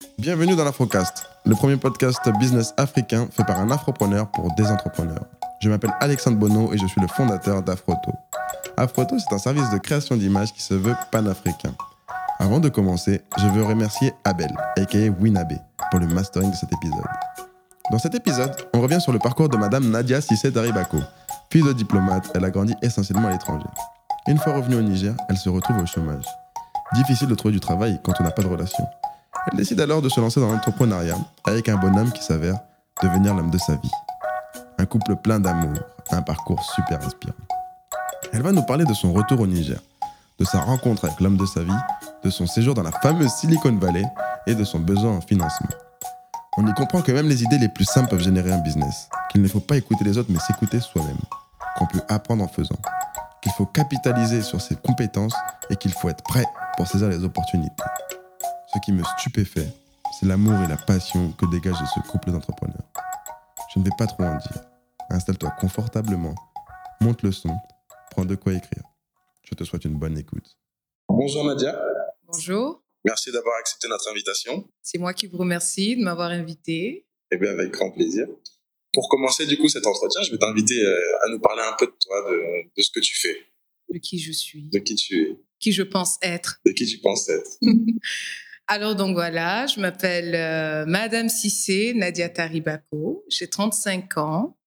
Bienvenue dans l'Afrocast, le premier podcast business africain fait par un afropreneur pour des entrepreneurs. Je m'appelle Alexandre Bonneau et je suis le fondateur d'Afroto. Afroto, c'est un service de création d'images qui se veut panafricain. Avant de commencer, je veux remercier Abel, aka Winabé, pour le mastering de cet épisode. Dans cet épisode, on revient sur le parcours de Madame Nadia Cissé Daribako. Fille de diplomate, elle a grandi essentiellement à l'étranger. Une fois revenue au Niger, elle se retrouve au chômage. Difficile de trouver du travail quand on n'a pas de relation. Elle décide alors de se lancer dans l'entrepreneuriat avec un bonhomme qui s'avère devenir l'homme de sa vie. Un couple plein d'amour, un parcours super inspirant. Elle va nous parler de son retour au Niger, de sa rencontre avec l'homme de sa vie, de son séjour dans la fameuse Silicon Valley et de son besoin en financement. On y comprend que même les idées les plus simples peuvent générer un business, qu'il ne faut pas écouter les autres mais s'écouter soi-même, qu'on peut apprendre en faisant, qu'il faut capitaliser sur ses compétences et qu'il faut être prêt pour saisir les opportunités. Ce qui me stupéfait, c'est l'amour et la passion que dégage de ce couple d'entrepreneurs. Je ne vais pas trop en dire. Installe-toi confortablement, monte le son, prends de quoi écrire. Je te souhaite une bonne écoute. Bonjour Nadia. Bonjour. Merci d'avoir accepté notre invitation. C'est moi qui vous remercie de m'avoir invité. Eh bien, avec grand plaisir. Pour commencer du coup cet entretien, je vais t'inviter à nous parler un peu de toi, de ce que tu fais. De qui je suis. De qui tu es. Qui je pense être. De qui tu penses être. Alors donc voilà, je m'appelle Madame Cissé Nadia Daribako, j'ai 35 ans,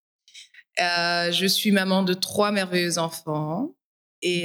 je suis maman de 3 merveilleux enfants et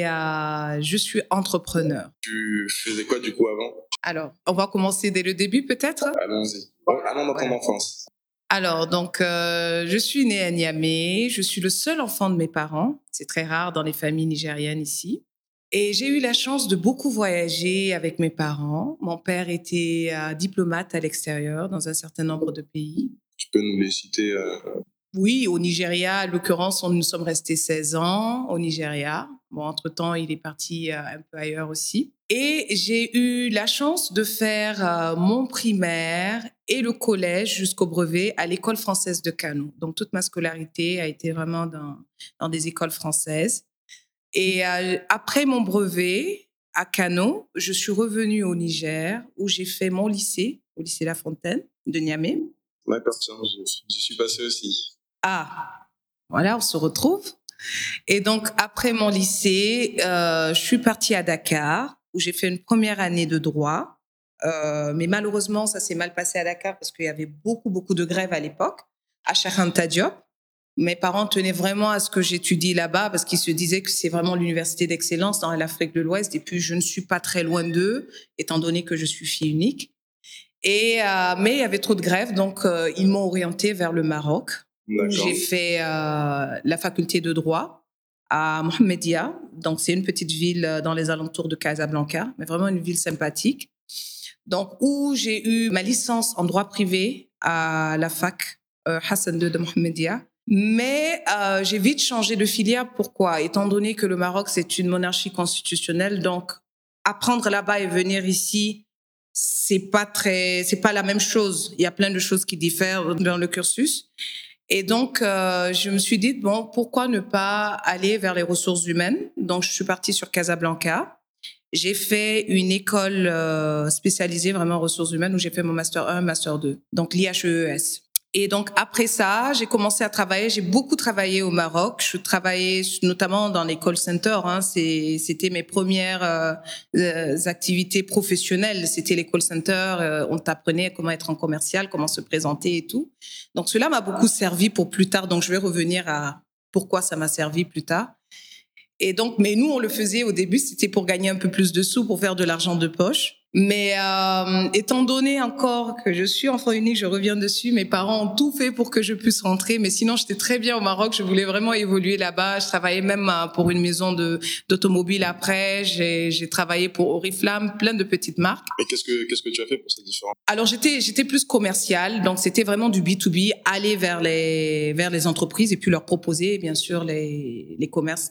je suis entrepreneur. Tu faisais quoi du coup avant? Alors, on va commencer dès le début peut-être? Allons-y. Allons dans ton enfance. Alors donc, je suis née à Niamey, je suis le seul enfant de mes parents, c'est très rare dans les familles nigériennes ici. Et j'ai eu la chance de beaucoup voyager avec mes parents. Mon père était diplomate à l'extérieur dans un certain nombre de pays. Tu peux nous les citer? Oui, au Nigeria, à l'occurrence, nous sommes restés 16 ans au Nigeria. Bon, entre-temps, il est parti un peu ailleurs aussi. Et j'ai eu la chance de faire mon primaire et le collège jusqu'au brevet à l'école française de Kano. Donc, toute ma scolarité a été vraiment dans des écoles françaises. Et après mon brevet à Kano, je suis revenue au Niger où j'ai fait mon lycée, au lycée La Fontaine de Niamey. D'accord, tiens, j'y suis passé aussi. Ah, voilà, on se retrouve. Et donc, après mon lycée, je suis partie à Dakar où j'ai fait une première année de droit. Mais malheureusement, ça s'est mal passé à Dakar parce qu'il y avait beaucoup de grèves à l'époque, à Cheikh Anta Diop. Mes parents tenaient vraiment à ce que j'étudie là-bas parce qu'ils se disaient que c'est vraiment l'université d'excellence dans l'Afrique de l'Ouest. Et puis, je ne suis pas très loin d'eux, étant donné que je suis fille unique. Mais il y avait trop de grèves, donc ils m'ont orientée vers le Maroc, où j'ai fait la faculté de droit à Mohammedia. Donc, c'est une petite ville dans les alentours de Casablanca, mais vraiment une ville sympathique. Donc, où j'ai eu ma licence en droit privé à la fac Hassan II de Mohammedia. Mais j'ai vite changé de filière. Pourquoi? Étant donné que le Maroc, c'est une monarchie constitutionnelle, donc apprendre là-bas et venir ici, c'est pas la même chose. Il y a plein de choses qui diffèrent dans le cursus. Et donc, je me suis dit, bon, pourquoi ne pas aller vers les ressources humaines? Donc, je suis partie sur Casablanca. J'ai fait une école spécialisée vraiment en ressources humaines où j'ai fait mon Master 1, Master 2, donc l'IHEES. Et donc, après ça, j'ai commencé à travailler. J'ai beaucoup travaillé au Maroc. Je travaillais notamment dans les call centers. Hein. C'était mes premières activités professionnelles. C'était les call centers. On t'apprenait comment être en commercial, comment se présenter et tout. Donc, cela m'a beaucoup servi pour plus tard. Donc, je vais revenir à pourquoi ça m'a servi plus tard. Et donc, mais nous, on le faisait au début, c'était pour gagner un peu plus de sous, pour faire de l'argent de poche. Mais étant donné encore que je suis enfant unique, je reviens dessus, mes parents ont tout fait pour que je puisse rentrer. Mais sinon, j'étais très bien au Maroc, je voulais vraiment évoluer là-bas. Je travaillais même pour une maison d'automobile après. J'ai travaillé pour Oriflamme, plein de petites marques. Et qu'est-ce que tu as fait pour cette différence? Alors, j'étais plus commerciale, donc c'était vraiment du B2B, aller vers les entreprises et puis leur proposer, bien sûr, les commerces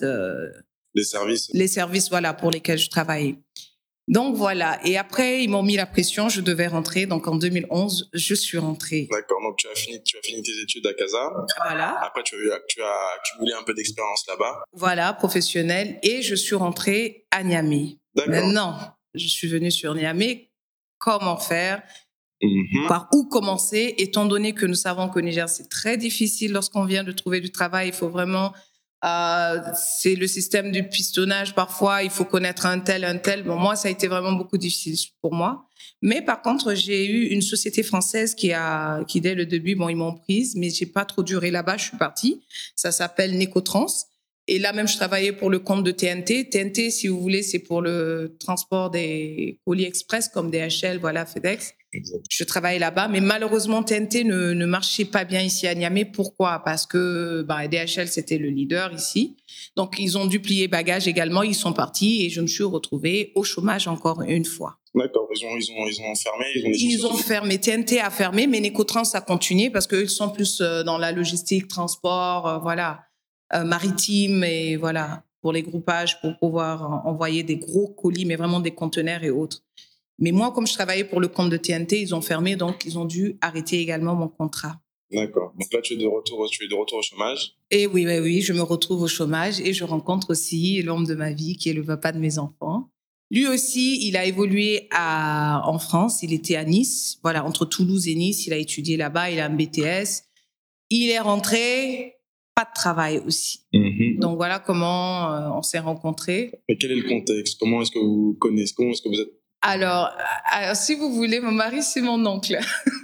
Les services. Les services, voilà, pour lesquels je travaillais. Donc voilà, et après ils m'ont mis la pression, je devais rentrer, donc en 2011 je suis rentrée. D'accord, donc tu as fini tes études à Casa. Voilà. Après tu as accumulé un peu d'expérience là-bas. Voilà, professionnelle, et je suis rentrée à Niamey. D'accord. Maintenant, je suis venue sur Niamey. Comment faire? Par où commencer, étant donné que nous savons qu'au Niger, c'est très difficile lorsqu'on vient de trouver du travail. Il faut vraiment... c'est le système du pistonnage. Parfois, il faut connaître un tel. Bon, moi, ça a été vraiment beaucoup difficile pour moi. Mais par contre, j'ai eu une société française qui dès le début, bon, ils m'ont prise, mais j'ai pas trop duré là-bas. Je suis partie. Ça s'appelle Necotrans. Et là même, je travaillais pour le compte de TNT. TNT, si vous voulez, c'est pour le transport des colis express comme DHL, voilà, FedEx. Exact. Je travaillais là-bas, mais malheureusement, TNT ne marchait pas bien ici à Niamey. Pourquoi? Parce que DHL, c'était le leader ici. Donc, ils ont dû plier bagages également. Ils sont partis et je me suis retrouvée au chômage encore une fois. D'accord, ils ont fermé, Ils ont fermé. TNT a fermé, mais Necotrans a continué parce qu'eux sont plus dans la logistique, transport, maritime et voilà, pour les groupages, pour pouvoir envoyer des gros colis, mais vraiment des conteneurs et autres. Mais moi, comme je travaillais pour le compte de TNT, ils ont fermé, donc ils ont dû arrêter également mon contrat. D'accord. Donc là, tu es de retour au chômage. Et oui, je me retrouve au chômage et je rencontre aussi l'homme de ma vie, qui est le papa de mes enfants. Lui aussi, il a évolué en France. Il était à Nice, voilà, entre Toulouse et Nice. Il a étudié là-bas, il a un BTS. Il est rentré, pas de travail aussi. Donc voilà comment on s'est rencontrés. Mais quel est le contexte? Comment est-ce que vous connaissez? Comment est-ce que vous êtes? Alors, si vous voulez, mon mari, c'est mon oncle.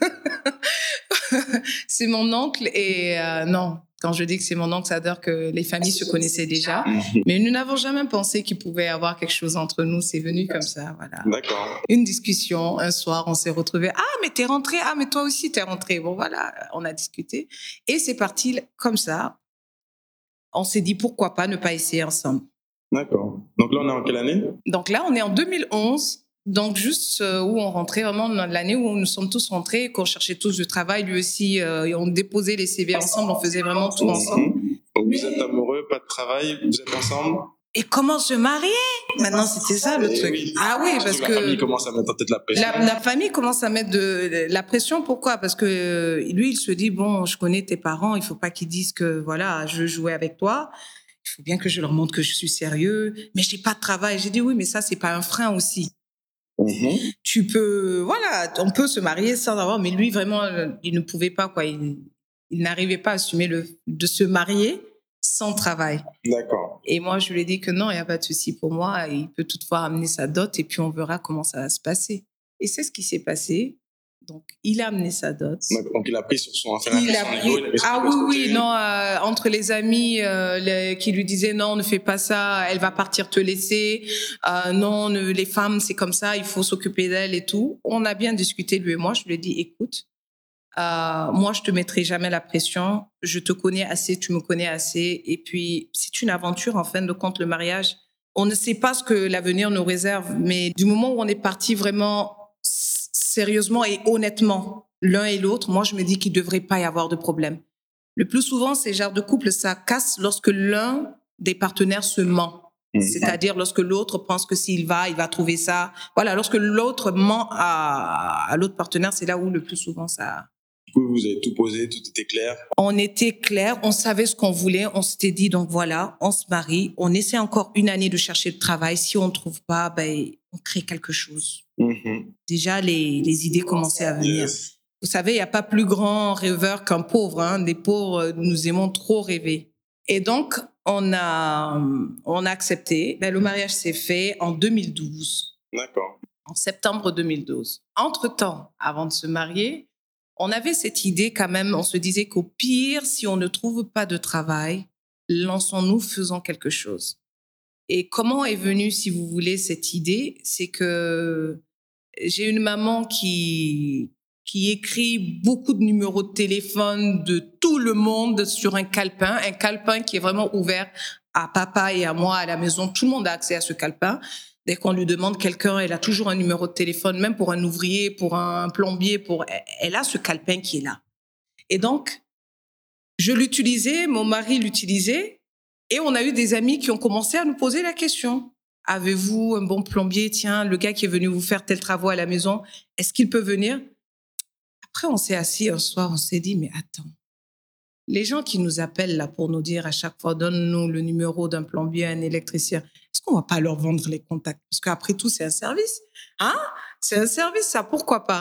C'est mon oncle et non, quand je dis que c'est mon oncle, ça veut dire que les familles se connaissaient déjà. Mais nous n'avons jamais pensé qu'il pouvait y avoir quelque chose entre nous. C'est venu comme ça, voilà. D'accord. Une discussion, un soir, on s'est retrouvés. Ah, mais t'es rentré. Ah, mais toi aussi, t'es rentré. Bon, voilà, on a discuté. Et c'est parti comme ça. On s'est dit, pourquoi pas ne pas essayer ensemble. D'accord. Donc là, on est en quelle année? Donc là, on est en 2011. Donc, juste où on rentrait, vraiment l'année où nous sommes tous rentrés, qu'on cherchait tous du travail, lui aussi, on déposait les CV ensemble, on faisait vraiment tout ensemble. Donc, vous êtes amoureux, pas de travail, vous êtes ensemble? Et comment se marier? Maintenant, c'était ça le truc. Oui. Ah oui, parce que... La famille commence à mettre en tête la pression. La famille commence à mettre de la pression. Pourquoi? Parce que lui, il se dit, bon, je connais tes parents, il faut pas qu'ils disent que, voilà, je veux jouer avec toi. Il faut bien que je leur montre que je suis sérieux. Mais j'ai pas de travail. J'ai dit, oui, mais ça, c'est pas un frein aussi. Tu peux, voilà, on peut se marier sans avoir, mais lui vraiment, il ne pouvait pas, quoi. Il n'arrivait pas à assumer de se marier sans travail. D'accord. Et moi, je lui ai dit que non, il n'y a pas de souci pour moi. Il peut toutefois amener sa dot et puis on verra comment ça va se passer. Et c'est ce qui s'est passé. Donc, il a amené sa dot. Donc, il a pris sur son entre les amis qui lui disaient non, ne fais pas ça, elle va partir te laisser. Non, les femmes, c'est comme ça, il faut s'occuper d'elles et tout. On a bien discuté, lui et moi. Je lui ai dit, écoute, moi, je te mettrai jamais la pression. Je te connais assez, tu me connais assez. Et puis, c'est une aventure, en fin de compte, le mariage. On ne sait pas ce que l'avenir nous réserve, mais du moment où on est parti vraiment sérieusement et honnêtement, l'un et l'autre, moi, je me dis qu'il ne devrait pas y avoir de problème. Le plus souvent, ces genres de couples, ça casse lorsque l'un des partenaires se ment. C'est-à-dire lorsque l'autre pense que s'il va, il va trouver ça. Voilà, lorsque l'autre ment à l'autre partenaire, c'est là où le plus souvent ça... Du coup, vous avez tout posé, tout était clair? On était clair, on savait ce qu'on voulait, on s'était dit, donc voilà, on se marie, on essaie encore une année de chercher le travail. Si on ne trouve pas, on crée quelque chose. Déjà, les idées commençaient à venir. Yes. Vous savez, il n'y a pas plus grand rêveur qu'un pauvre. Hein. Les pauvres, nous aimons trop rêver. Et donc, on a accepté. Le mariage s'est fait en 2012. D'accord. En septembre 2012. Entre-temps, avant de se marier, on avait cette idée quand même, on se disait qu'au pire, si on ne trouve pas de travail, lançons-nous, faisons quelque chose. Et comment est venue, si vous voulez, cette idée? C'est que j'ai une maman qui écrit beaucoup de numéros de téléphone de tout le monde sur un calepin qui est vraiment ouvert à papa et à moi à la maison. Tout le monde a accès à ce calepin. Dès qu'on lui demande quelqu'un, elle a toujours un numéro de téléphone, même pour un ouvrier, pour un plombier, elle a ce calepin qui est là. Et donc, je l'utilisais, mon mari l'utilisait, et on a eu des amis qui ont commencé à nous poser la question. Avez-vous un bon plombier? Tiens, le gars qui est venu vous faire tel travaux à la maison, est-ce qu'il peut venir? Après, on s'est assis un soir, on s'est dit, mais attends, les gens qui nous appellent là pour nous dire à chaque fois, donne-nous le numéro d'un plombier, un électricien, est-ce qu'on va pas leur vendre les contacts? Parce qu'après tout, c'est un service. Hein? C'est un service, ça, pourquoi pas?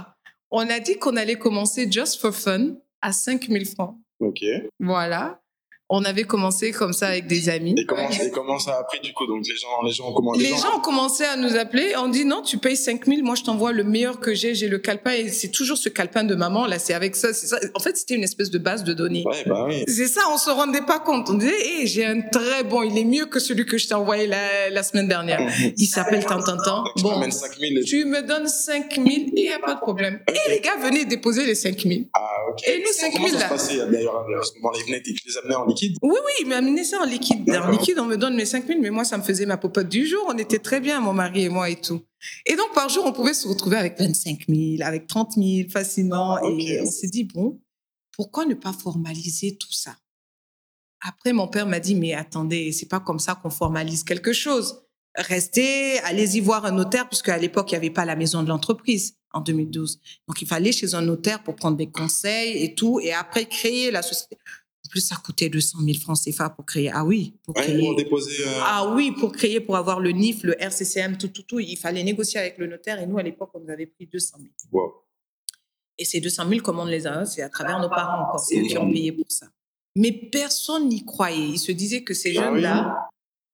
On a dit qu'on allait commencer just for fun à 5 000 francs. Ok. Voilà. On avait commencé comme ça avec des amis. Et comment ça a pris du coup? Donc les gens ont commencé à nous appeler. On dit non, tu payes 5 000. Moi, je t'envoie le meilleur que j'ai. J'ai le calepin et c'est toujours ce calepin de maman. Là, c'est avec ça. C'est ça. En fait, c'était une espèce de base de données. Ouais, bah oui. C'est ça, on se rendait pas compte. On disait, hey, j'ai un très bon. Il est mieux que celui que je t'ai envoyé la semaine dernière. Il s'appelle tant. Bon. 5 000 tu me donnes 5 000 et il n'y a pas de problème. Okay. Et les gars venaient déposer les 5 000. Ah, ok. Et nous, 5 000 Comment ça se passait d'ailleurs à ce moment-là? Tu les amenais en liquide? Oui, il m'amenait ça en liquide. D'accord. En liquide, on me donne mes 5 000, mais moi, ça me faisait ma popote du jour. On était très bien, mon mari et moi et tout. Et donc, par jour, on pouvait se retrouver avec 25 000, avec 30 000 facilement. Okay. Et on s'est dit, bon, pourquoi ne pas formaliser tout ça? Après, mon père m'a dit, mais attendez, c'est pas comme ça qu'on formalise quelque chose. Restez, allez-y voir un notaire, puisqu'à l'époque, il n'y avait pas la maison de l'entreprise en 2012. Donc, il fallait chez un notaire pour prendre des conseils et tout, et après créer la société. En plus, ça coûtait 200 000 francs CFA pour créer. Ah oui, pour créer. Pour déposer. Ah oui, pour créer, pour avoir le NIF, le RCCM, tout. Il fallait négocier avec le notaire, et nous, à l'époque, on nous avait pris 200 000. Wow. Et ces 200 000, comment on les a? C'est à travers nos parents encore. C'est eux qui ont payé pour ça. Mais personne n'y croyait. Ils se disaient que ces jeunes-là,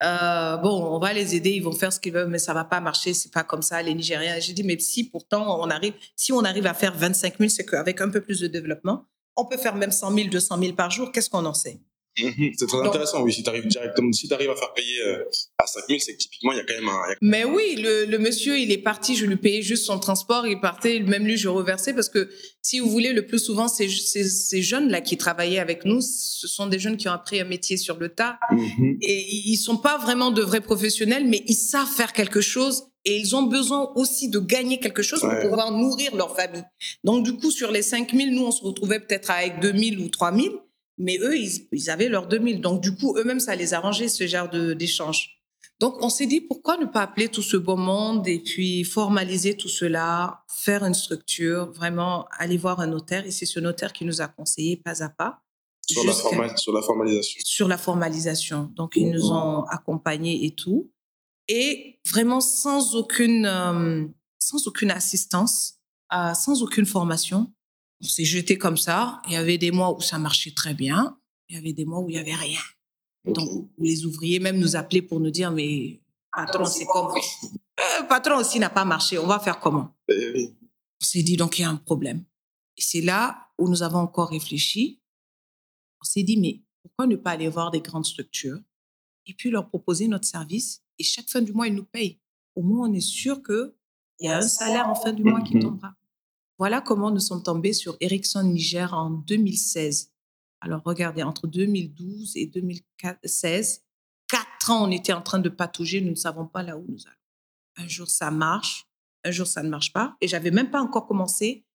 on va les aider, ils vont faire ce qu'ils veulent, mais ça va pas marcher, c'est pas comme ça, les Nigériens. J'ai dit, mais si pourtant on arrive à faire 25 000, c'est qu'avec un peu plus de développement, on peut faire même 100 000, 200 000 par jour, qu'est-ce qu'on en sait? C'est très intéressant, oui. Si tu arrives à faire payer à 5 000, c'est que typiquement, il y a quand même un... Mais oui, le monsieur, il est parti, je lui payais juste son transport, il partait, même lui, je reversais, parce que si vous voulez, le plus souvent, ces jeunes-là qui travaillaient avec nous, ce sont des jeunes qui ont appris un métier sur le tas, et ils sont pas vraiment de vrais professionnels, mais ils savent faire quelque chose, et ils ont besoin aussi de gagner quelque chose pour pouvoir nourrir leur famille. Donc, du coup, sur les 5 000, nous, on se retrouvait peut-être avec 2 000 ou 3 000, mais eux, ils avaient leurs 2 000. Donc, du coup, eux-mêmes, ça les arrangeait, ce genre d'échange. Donc, on s'est dit, pourquoi ne pas appeler tout ce beau monde et puis formaliser tout cela, faire une structure, vraiment aller voir un notaire. Et c'est ce notaire qui nous a conseillé pas à pas. Sur la formalisation. Sur la formalisation. Donc, ils nous ont accompagnés et tout. Et vraiment sans aucune assistance, sans aucune formation. On s'est jeté comme ça. Il y avait des mois où ça marchait très bien. Il y avait des mois où il n'y avait rien. Donc, les ouvriers même nous appelaient pour nous dire, mais patron, c'est comment? Patron aussi n'a pas marché. On va faire comment? On s'est dit, donc, il y a un problème. Et c'est là où nous avons encore réfléchi. On s'est dit, mais pourquoi ne pas aller voir des grandes structures et puis leur proposer notre service et chaque fin du mois, ils nous payent. Au moins, on est sûr qu'il y a un salaire en fin du mois qui tombera. Voilà comment nous sommes tombés sur Ericsson Niger en 2016. Alors, regardez, entre 2012 et 2016, 4 ans, on était en train de patauger, nous ne savons pas là où nous allons. Un jour, ça marche, un jour, ça ne marche pas. Et je n'avais même pas encore commencé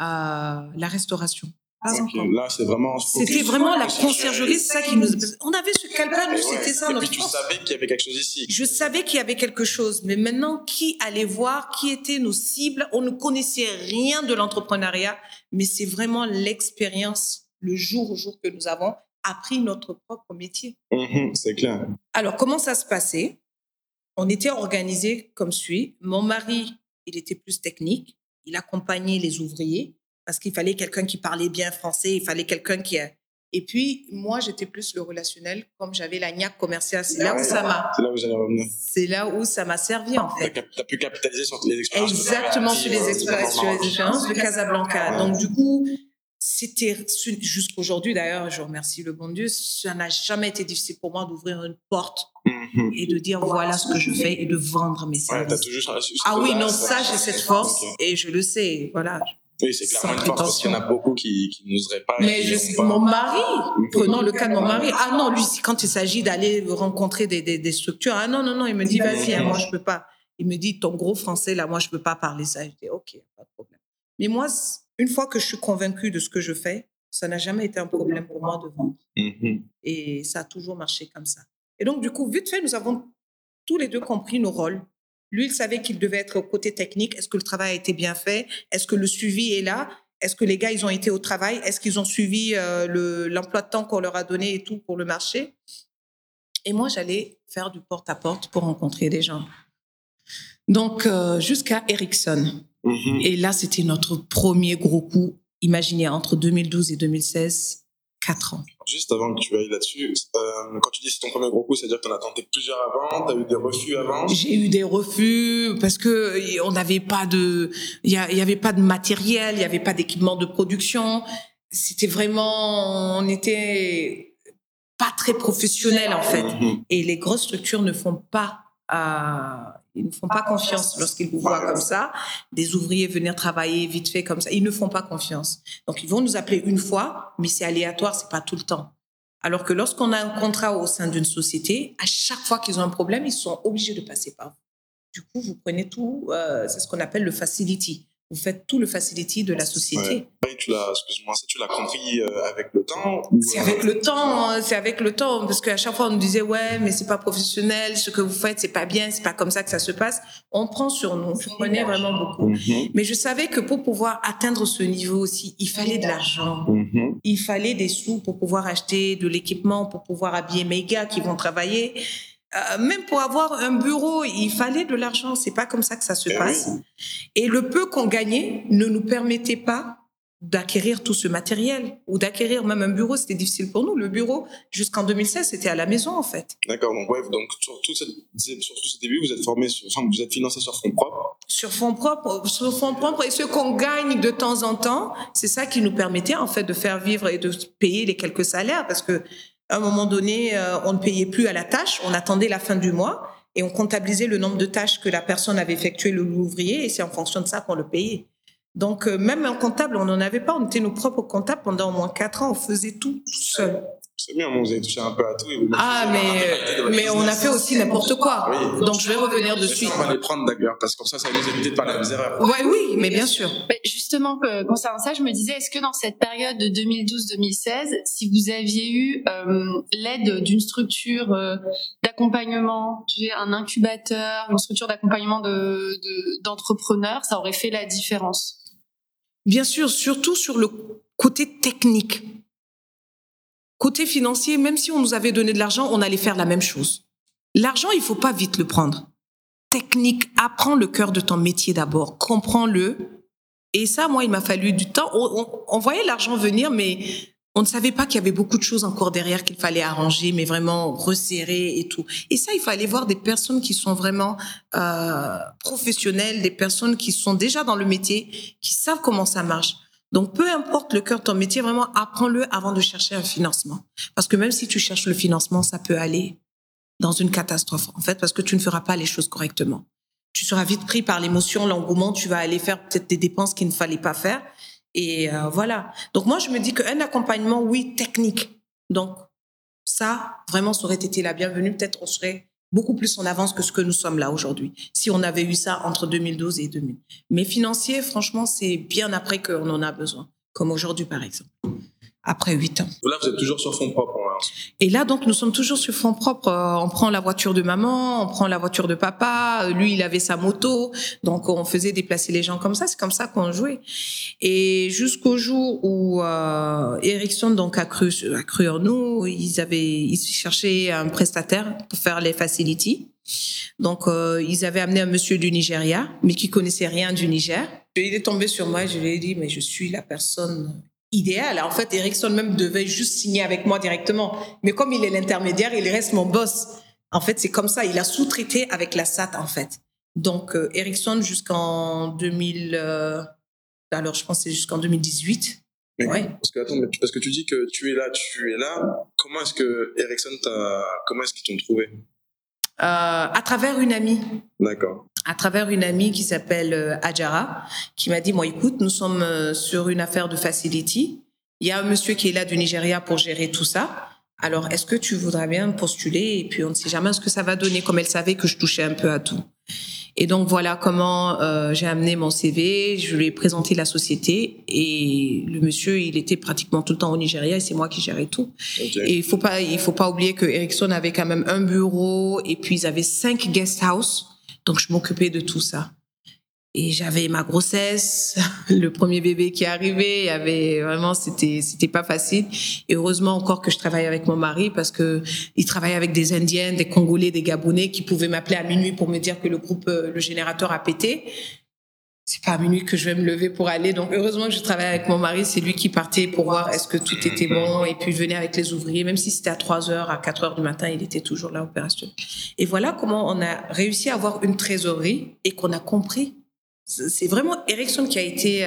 la restauration. Là, c'était vraiment la conciergerie, c'est ça qui nous... On avait ce calepin, nous, c'était ça notre force. Et puis, tu savais qu'il y avait quelque chose ici. Je savais qu'il y avait quelque chose, mais maintenant, qui allait voir, qui étaient nos cibles? On ne connaissait rien de l'entrepreneuriat, mais c'est vraiment l'expérience, le jour au jour que nous avons appris notre propre métier. C'est clair. Alors, comment ça se passait? On était organisés comme suit. Mon mari, il était plus technique. Il accompagnait les ouvriers parce qu'il fallait quelqu'un qui parlait bien français. Il fallait quelqu'un qui... Et puis, moi, j'étais plus le relationnel. Comme j'avais la niaque commerciale, c'est là où ça m'a... C'est là où j'allais revenir. C'est là où ça m'a servi, en fait. Tu as pu capitaliser sur les expériences. Exactement, sur les expériences de Casablanca. Donc, du coup, c'était... Jusqu'à aujourd'hui, d'ailleurs, je remercie le bon Dieu, ça n'a jamais été difficile pour moi d'ouvrir une porte et de dire voilà ce que je fais et de vendre mes services. T'as toujours ah oui, non, ça, j'ai cette force et je le sais, voilà. Oui, c'est clairement une force parce qu'il y en a beaucoup qui n'oseraient pas. Mais mon mari, prenons le cas de mon mari. Ah non, lui, quand il s'agit d'aller rencontrer des structures, ah non, il me dit, vas-y, moi, je peux pas. Il me dit, ton gros français, là, moi, je peux pas parler ça. Je dis, ok, pas de problème. Mais moi, une fois que je suis convaincue de ce que je fais, ça n'a jamais été un problème pour moi de vendre. Et ça a toujours marché comme ça. Et donc, du coup, vite fait, nous avons tous les deux compris nos rôles. Lui, il savait qu'il devait être au côté technique. Est-ce que le travail a été bien fait? Est-ce que le suivi est là? Est-ce que les gars, ils ont été au travail? Est-ce qu'ils ont suivi l'emploi de temps qu'on leur a donné et tout pour le marché? Et moi, j'allais faire du porte-à-porte pour rencontrer des gens. Donc, jusqu'à Ericsson. Et là, c'était notre premier gros coup. Imaginez, entre 2012 et 2016, 4 ans. Juste avant que tu ailles là-dessus, quand tu dis c'est ton premier gros coup, c'est-à-dire que tu en as tenté plusieurs avant, tu as eu des refus avant? J'ai eu des refus parce que on n'avait pas il y avait pas de matériel, il y avait pas d'équipement de production. C'était vraiment, on était pas très professionnel en fait. Et les grosses structures ne font pas ils ne font pas confiance lorsqu'ils vous voient comme ça. Des ouvriers venir travailler vite fait comme ça, ils ne font pas confiance. Donc ils vont nous appeler une fois, mais c'est aléatoire, c'est pas tout le temps. Alors que lorsqu'on a un contrat au sein d'une société, à chaque fois qu'ils ont un problème, ils sont obligés de passer par vous. Du coup, vous prenez tout, c'est ce qu'on appelle le facility. Vous faites tout le facility de la société. Ouais. Excuse-moi, ça tu l'as compris avec le temps C'est avec le temps, c'est avec le temps, parce qu'à chaque fois on nous disait ouais, mais c'est pas professionnel, ce que vous faites c'est pas bien, c'est pas comme ça que ça se passe. On prend sur nous, je prenais vraiment beaucoup. Mais je savais que pour pouvoir atteindre ce niveau aussi, il fallait de l'argent, il fallait des sous pour pouvoir acheter de l'équipement, pour pouvoir habiller mes gars qui vont travailler. Même pour avoir un bureau, il fallait de l'argent. C'est pas comme ça que ça se passe. Et le peu qu'on gagnait ne nous permettait pas d'acquérir tout ce matériel ou d'acquérir même un bureau. C'était difficile pour nous. Le bureau, jusqu'en 2016, c'était à la maison, en fait. D'accord. Donc sur tout ce début, vous êtes vous êtes financé sur fonds propres. Sur fonds propres. Et ce qu'on gagne de temps en temps, c'est ça qui nous permettait, en fait, de faire vivre et de payer les quelques salaires parce que, à un moment donné, on ne payait plus à la tâche, on attendait la fin du mois et on comptabilisait le nombre de tâches que la personne avait effectuées, l'ouvrier, et c'est en fonction de ça qu'on le payait. Donc, même un comptable, on n'en avait pas, on était nos propres comptables pendant au moins 4 ans, on faisait tout seul. C'est bien, vous avez touché un peu à tout. Mais on a fait aussi n'importe quoi. Oui. Donc, je vais revenir dessus. On va les prendre d'ailleurs, parce que comme ça va nous éviter de parler des erreurs. Oui, mais bien sûr. Justement, concernant ça, je me disais, est-ce que dans cette période de 2012-2016, si vous aviez eu l'aide d'une structure d'accompagnement, un incubateur, une structure d'accompagnement d'entrepreneurs, ça aurait fait la différence? Bien sûr, surtout sur le côté technique. Côté financier, même si on nous avait donné de l'argent, on allait faire la même chose. L'argent, il faut pas vite le prendre. Technique, apprends le cœur de ton métier d'abord, comprends-le. Et ça, moi, il m'a fallu du temps. On voyait l'argent venir, mais on ne savait pas qu'il y avait beaucoup de choses encore derrière qu'il fallait arranger, mais vraiment resserrer et tout. Et ça, il fallait voir des personnes qui sont vraiment professionnelles, des personnes qui sont déjà dans le métier, qui savent comment ça marche. Donc, peu importe le cœur de ton métier, vraiment, apprends-le avant de chercher un financement. Parce que même si tu cherches le financement, ça peut aller dans une catastrophe, en fait, parce que tu ne feras pas les choses correctement. Tu seras vite pris par l'émotion, l'engouement, tu vas aller faire peut-être des dépenses qu'il ne fallait pas faire. Et voilà. Donc, moi, je me dis qu'un accompagnement, oui, technique. Donc, ça, vraiment, ça aurait été la bienvenue. Peut-être on serait beaucoup plus en avance que ce que nous sommes là aujourd'hui, si on avait eu ça entre 2012 et 2000. Mais financier, franchement, c'est bien après qu'on en a besoin, comme aujourd'hui, par exemple, après 8 ans. Là, vous êtes toujours sur fonds propres. Et là, donc, nous sommes toujours sur fonds propres. On prend la voiture de maman, on prend la voiture de papa. Lui, il avait sa moto. Donc, on faisait déplacer les gens comme ça. C'est comme ça qu'on jouait. Et jusqu'au jour où Ericsson donc a cru en nous, ils cherchaient un prestataire pour faire les facilities. Donc, ils avaient amené un monsieur du Nigeria, mais qui connaissait rien du Niger. Il est tombé sur moi et je lui ai dit, mais je suis la personne idéal. En fait, Ericsson même devait juste signer avec moi directement. Mais comme il est l'intermédiaire, il reste mon boss. En fait, c'est comme ça. Il a sous-traité avec la SAT, en fait. Donc, Ericsson jusqu'en 2000... alors, je pense que c'est jusqu'en 2018. Mais ouais. Parce que tu dis que tu es là. Comment est-ce que Ericsson comment est-ce qu'ils t'ont trouvé? À travers une amie. D'accord. À travers une amie qui s'appelle Adjara, qui m'a dit, moi, écoute, nous sommes sur une affaire de facility. Il y a un monsieur qui est là du Nigeria pour gérer tout ça. Alors, est-ce que tu voudrais bien postuler? Et puis, on ne sait jamais ce que ça va donner, comme elle savait que je touchais un peu à tout. Et donc, voilà comment j'ai amené mon CV. Je lui ai présenté la société. Et le monsieur, il était pratiquement tout le temps au Nigeria et c'est moi qui gérais tout. Okay. Et il faut pas oublier que Ericsson avait quand même un bureau et puis ils avaient 5 guest house. Donc, je m'occupais de tout ça. Et j'avais ma grossesse, le premier bébé qui est arrivé. C'était pas facile. Et heureusement encore que je travaillais avec mon mari parce que il travaillait avec des Indiens, des Congolais, des Gabonais qui pouvaient m'appeler à minuit pour me dire que le générateur a pété. c'est pas à minuit que je vais me lever pour aller. Donc, heureusement que je travaille avec mon mari. C'est lui qui partait pour voir est-ce que tout était bon. Et puis, il venait avec les ouvriers. Même si c'était à 3h, à 4h du matin, il était toujours là, opérationnel. Et voilà comment on a réussi à avoir une trésorerie et qu'on a compris. C'est vraiment Ericsson qui a été,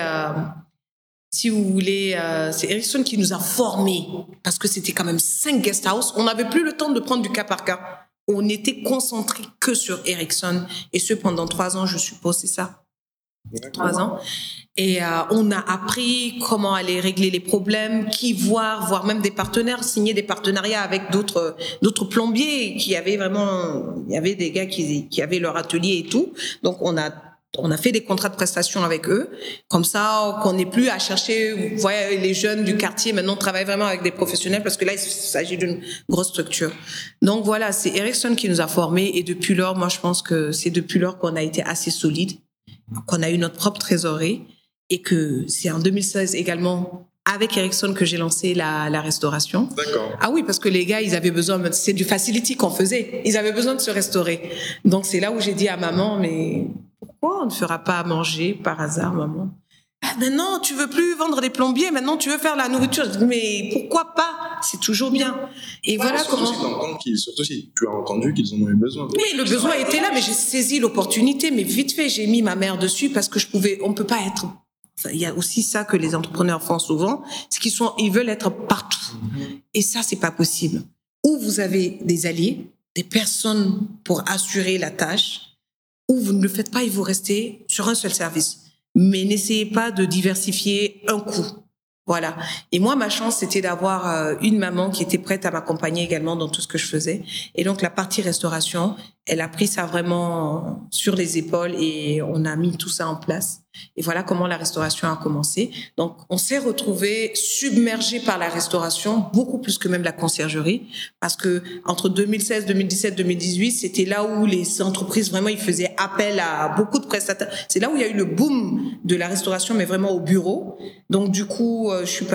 si vous voulez, c'est Ericsson qui nous a formés. Parce que c'était quand même 5 guest house. On n'avait plus le temps de prendre du cas par cas. On était concentrés que sur Ericsson. Et ce, pendant 3 ans, je suppose, c'est ça. 3 ans. Et on a appris comment aller régler les problèmes, qui voire même des partenaires, signer des partenariats avec d'autres plombiers qui avaient vraiment, il y avait des gars qui avaient leur atelier et tout. Donc on a fait des contrats de prestation avec eux, comme ça qu'on n'est plus à chercher. Vous voyez, les jeunes du quartier maintenant travaillent vraiment avec des professionnels parce que là il s'agit d'une grosse structure. Donc voilà, c'est Ericsson qui nous a formés et depuis lors, moi je pense que c'est depuis lors qu'on a été assez solide, qu'on a eu notre propre trésorerie et que c'est en 2016 également avec Ericsson que j'ai lancé la restauration. D'accord. Ah oui, parce que les gars, ils avaient besoin, c'est du facility qu'on faisait. Ils avaient besoin de se restaurer. Donc c'est là où j'ai dit à maman, mais pourquoi on ne fera pas à manger par hasard, maman? Ah, maintenant, tu veux plus vendre des plombiers, maintenant tu veux faire la nourriture. Mais pourquoi pas? C'est toujours bien. Et voilà comment. Surtout si tu as entendu qu'ils en ont eu besoin. Oui, le besoin était là, mais j'ai saisi l'opportunité. Mais vite fait, j'ai mis ma mère dessus parce que on peut pas être. Enfin, il y a aussi ça que les entrepreneurs font souvent, c'est ils veulent être partout. Et ça, c'est pas possible. Ou vous avez des alliés, des personnes pour assurer la tâche, ou vous ne le faites pas et vous restez sur un seul service. Mais n'essayez pas de diversifier un coup. Voilà. Et moi, ma chance, c'était d'avoir une maman qui était prête à m'accompagner également dans tout ce que je faisais. Et donc, la partie restauration, elle a pris ça vraiment sur les épaules et on a mis tout ça en place. Et voilà comment la restauration a commencé. Donc, on s'est retrouvés submergés par la restauration, beaucoup plus que même la conciergerie, parce que entre 2016, 2017, 2018, c'était là où les entreprises vraiment ils faisaient appel à beaucoup de prestataires. C'est là où il y a eu le boom de la restauration, mais vraiment au bureau. Donc, du coup, je suis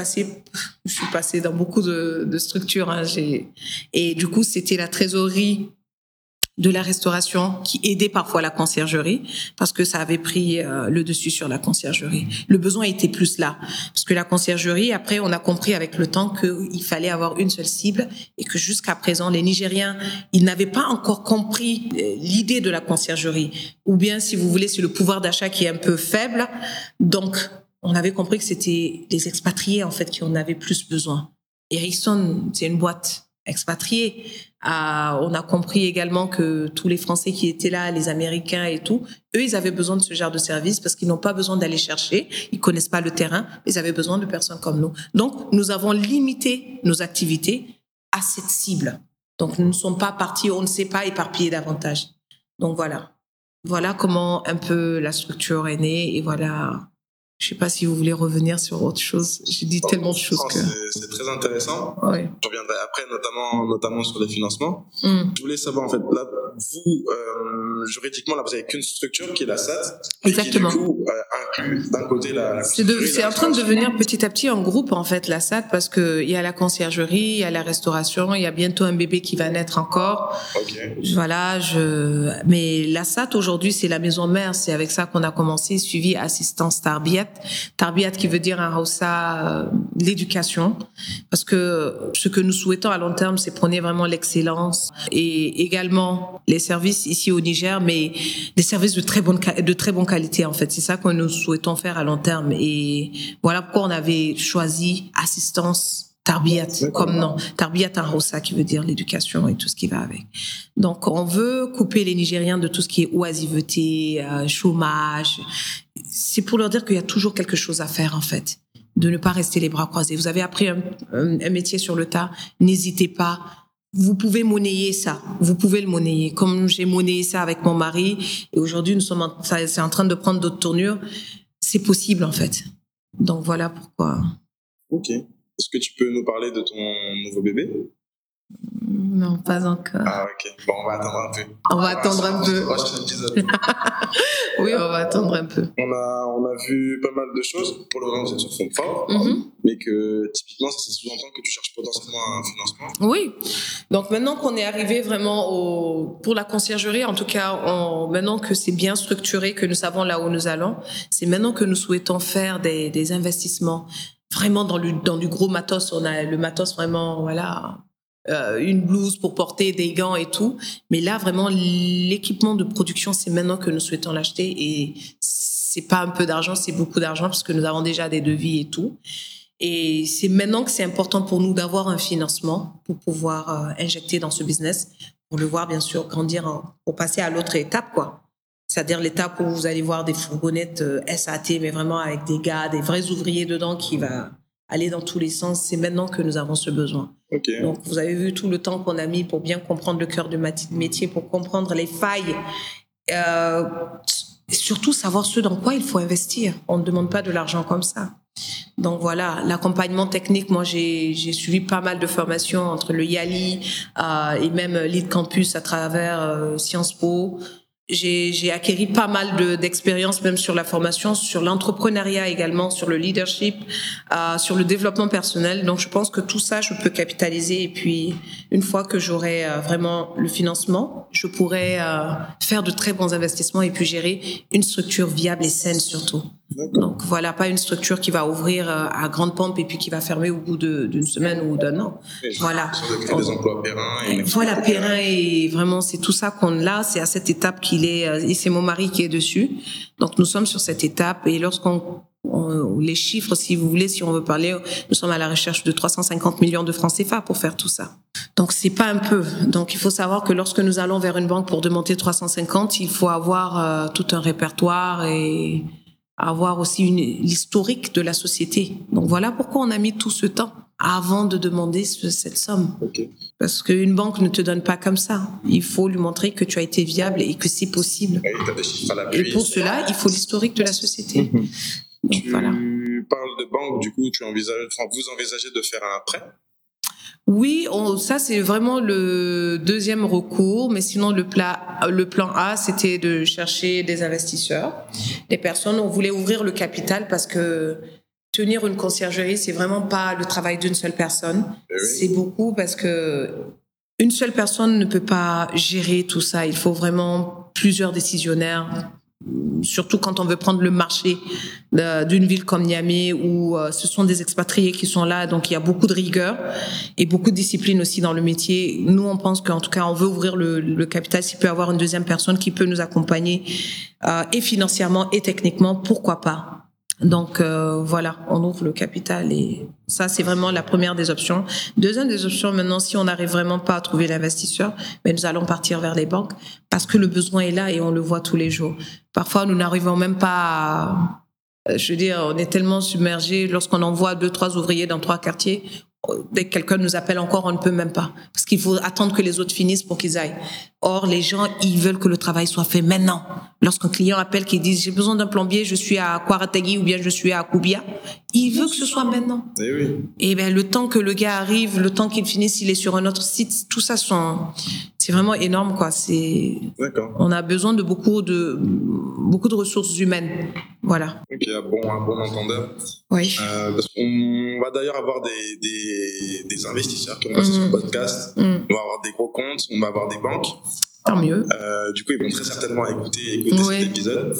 passée dans beaucoup de structures. Hein, et du coup, c'était la trésorerie de la restauration qui aidait parfois la conciergerie parce que ça avait pris le dessus sur la conciergerie. Le besoin était plus là parce que la conciergerie, après, on a compris avec le temps qu'il fallait avoir une seule cible et que jusqu'à présent, les Nigériens, ils n'avaient pas encore compris l'idée de la conciergerie. Ou bien, si vous voulez, c'est le pouvoir d'achat qui est un peu faible. Donc, on avait compris que c'était les expatriés, en fait, qui en avaient plus besoin. Ericsson, c'est une boîte expatriés. On a compris également que tous les Français qui étaient là, les Américains et tout, eux, ils avaient besoin de ce genre de service parce qu'ils n'ont pas besoin d'aller chercher, ils connaissent pas le terrain, ils avaient besoin de personnes comme nous. Donc, nous avons limité nos activités à cette cible. Donc, nous ne sommes pas partis, on ne s'est pas éparpillé davantage. Donc, voilà. Voilà comment un peu la structure est née et voilà. Je sais pas si vous voulez revenir sur autre chose. J'ai dit tellement de choses que... C'est très intéressant. Oui. Je reviendrai après, notamment sur les financements. Je voulais savoir, en fait, là, vous, juridiquement, là, vous avez qu'une structure qui est la SAT. Exactement. Qui, du coup, inclut d'un côté la c'est en train de devenir petit à petit en groupe, en fait, la SAT, parce que il y a la conciergerie, il y a la restauration, il y a bientôt un bébé qui va naître encore. Okay. Voilà, mais la SAT, aujourd'hui, c'est la maison mère. C'est avec ça qu'on a commencé, suivi assistance Tarbiyat. Tarbiyat qui veut dire en Hausa l'éducation, parce que ce que nous souhaitons à long terme, c'est prôner vraiment l'excellence et également les services ici au Niger, mais des services de très bonne qualité en fait. C'est ça que nous souhaitons faire à long terme et voilà pourquoi on avait choisi assistance Tarbiyat comme nom. Tarbiyat en Hausa qui veut dire l'éducation et tout ce qui va avec. Donc on veut couper les Nigériens de tout ce qui est oisiveté, chômage. C'est pour leur dire qu'il y a toujours quelque chose à faire en fait, de ne pas rester les bras croisés. Vous avez appris un métier sur le tas, n'hésitez pas. Vous pouvez monnayer ça, vous pouvez le monnayer. Comme j'ai monnayé ça avec mon mari et aujourd'hui c'est en train de prendre d'autres tournures. C'est possible en fait. Donc voilà pourquoi. Ok. Est-ce que tu peux nous parler de ton nouveau bébé ? Non, pas encore. Ah, ok. Bon, on va attendre un peu. On va attendre un peu. Prochain épisode. Oui, on va attendre un peu. On a vu pas mal de choses. Pour le moment, vous êtes sur fonds propres, mais que typiquement, ça sous-entend que tu cherches potentiellement un financement. Oui. Donc maintenant qu'on est arrivé vraiment pour la conciergerie, en tout cas, maintenant que c'est bien structuré, que nous savons là où nous allons, c'est maintenant que nous souhaitons faire des investissements vraiment dans du gros matos. On a le matos vraiment, voilà. Une blouse pour porter, des gants et tout. Mais là, vraiment, l'équipement de production, c'est maintenant que nous souhaitons l'acheter. Et c'est pas un peu d'argent, c'est beaucoup d'argent parce que nous avons déjà des devis et tout. Et c'est maintenant que c'est important pour nous d'avoir un financement pour pouvoir injecter dans ce business, pour le voir, bien sûr, grandir, pour passer à l'autre étape, quoi. C'est-à-dire l'étape où vous allez voir des fourgonnettes SAT, mais vraiment avec des gars, des vrais ouvriers dedans qui va aller dans tous les sens. C'est maintenant que nous avons ce besoin. Okay. Donc, vous avez vu tout le temps qu'on a mis pour bien comprendre le cœur du métier, pour comprendre les failles, et surtout savoir ce dans quoi il faut investir. On ne demande pas de l'argent comme ça. Donc voilà, l'accompagnement technique, moi j'ai suivi pas mal de formations entre le YALI et même Lead Campus à travers Sciences Po. J'ai acquis pas mal d'expérience même sur la formation, sur l'entrepreneuriat également, sur le leadership, sur le développement personnel. Donc je pense que tout ça, je peux capitaliser. Et puis une fois que j'aurai vraiment le financement, je pourrai faire de très bons investissements et puis gérer une structure viable et saine surtout. Donc voilà, pas une structure qui va ouvrir à grande pompe et puis qui va fermer au bout d'une semaine ou d'un an. Voilà. Des emplois périns. Voilà, périn, et vraiment c'est tout ça qu'on a. C'est à cette étape qu'il est, et c'est mon mari qui est dessus. Donc nous sommes sur cette étape et les chiffres, si vous voulez, si on veut parler, nous sommes à la recherche de 350 millions de francs CFA pour faire tout ça. Donc c'est pas un peu. Donc il faut savoir que lorsque nous allons vers une banque pour demander 350, il faut avoir tout un répertoire et avoir aussi l'historique de la société. Donc voilà pourquoi on a mis tout ce temps avant de demander cette somme. Okay. Parce qu'une banque ne te donne pas comme ça. Il faut lui montrer que tu as été viable et que c'est possible. Et t'as des chiffres à l'appui. Et pour cela, il faut l'historique de la société. Donc, tu parles de banque, du coup, vous envisagez de faire un prêt? Oui, ça c'est vraiment le deuxième recours, mais sinon le plan A, c'était de chercher des investisseurs, des personnes. On voulait ouvrir le capital parce que tenir une conciergerie, c'est vraiment pas le travail d'une seule personne. Oui. C'est beaucoup parce que une seule personne ne peut pas gérer tout ça. Il faut vraiment plusieurs décisionnaires. Surtout quand on veut prendre le marché d'une ville comme Niamey où ce sont des expatriés qui sont là, donc il y a beaucoup de rigueur et beaucoup de discipline aussi dans le métier. Nous, on pense qu'en tout cas, on veut ouvrir le capital. S'il peut y avoir une deuxième personne qui peut nous accompagner et financièrement et techniquement, pourquoi pas? Donc voilà, on ouvre le capital et ça c'est vraiment la première des options. Deuxième des options maintenant, si on n'arrive vraiment pas à trouver l'investisseur, mais nous allons partir vers les banques parce que le besoin est là et on le voit tous les jours. Parfois nous n'arrivons même pas je veux dire, on est tellement submergé lorsqu'on envoie 2-3 ouvriers dans 3 quartiers. Dès que quelqu'un nous appelle encore, on ne peut même pas. Parce qu'il faut attendre que les autres finissent pour qu'ils aillent. Or, les gens, ils veulent que le travail soit fait maintenant. Lorsqu'un client appelle, qu'il dit, j'ai besoin d'un plombier, je suis à Kwaratagi ou bien je suis à Koubia, il veut que ce soit maintenant. Et oui. Et ben, le temps que le gars arrive, le temps qu'il finisse, il est sur un autre site, tout ça c'est vraiment énorme, quoi. D'accord. On a besoin de beaucoup de ressources humaines. Voilà. Ok, un bon entendeur. Oui. Parce qu'on va d'ailleurs avoir des investisseurs qui vont passer sur le podcast. On va avoir des gros comptes, on va avoir des banques. Tant mieux. Du coup, ils vont très certainement écouter cet épisode.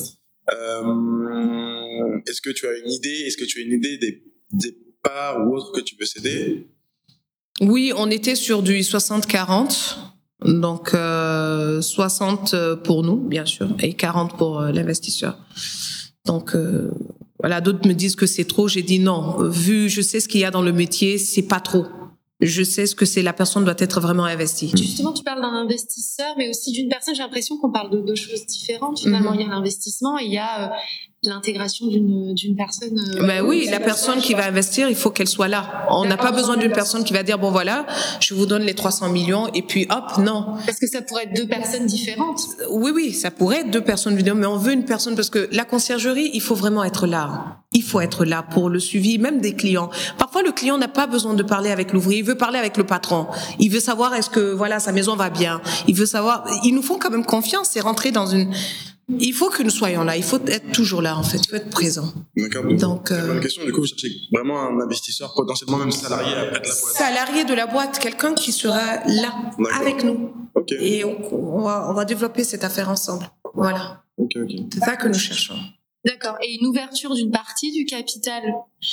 Est-ce que tu as une idée des parts ou autres que tu veux céder? Oui, on était sur du 60-40. Donc 60 pour nous, bien sûr, et 40 pour l'investisseur. Donc voilà, d'autres me disent que c'est trop. J'ai dit non. Je sais ce qu'il y a dans le métier, c'est pas trop. Je sais ce que c'est. La personne doit être vraiment investie. Justement, tu parles d'un investisseur, mais aussi d'une personne. J'ai l'impression qu'on parle de deux choses différentes. Finalement, il y a l'investissement et il y a l'intégration d'une personne. Ben oui, la personne qui va investir, il faut qu'elle soit là. On n'a pas besoin d'une personne qui va dire, bon voilà, je vous donne les 300 millions et puis hop, non. Parce que ça pourrait être deux personnes différentes. Oui, ça pourrait être deux personnes différentes, mais on veut une personne parce que la conciergerie, il faut vraiment être là. Il faut être là pour le suivi, même des clients. Parfois, le client n'a pas besoin de parler avec l'ouvrier, il veut parler avec le patron. Il veut savoir est-ce que, voilà, sa maison va bien. Il veut savoir, ils nous font quand même confiance, c'est rentrer dans une... Il faut que nous soyons là, il faut être toujours là en fait, il faut être présent. D'accord. Donc, bonne question. Du coup, vous cherchez vraiment un investisseur potentiellement même salarié après de la boîte. Salarié de la boîte, quelqu'un qui sera là avec nous. Okay. Et on va développer cette affaire ensemble. Voilà. Okay. C'est ça que nous cherchons. D'accord. Et une ouverture d'une partie du capital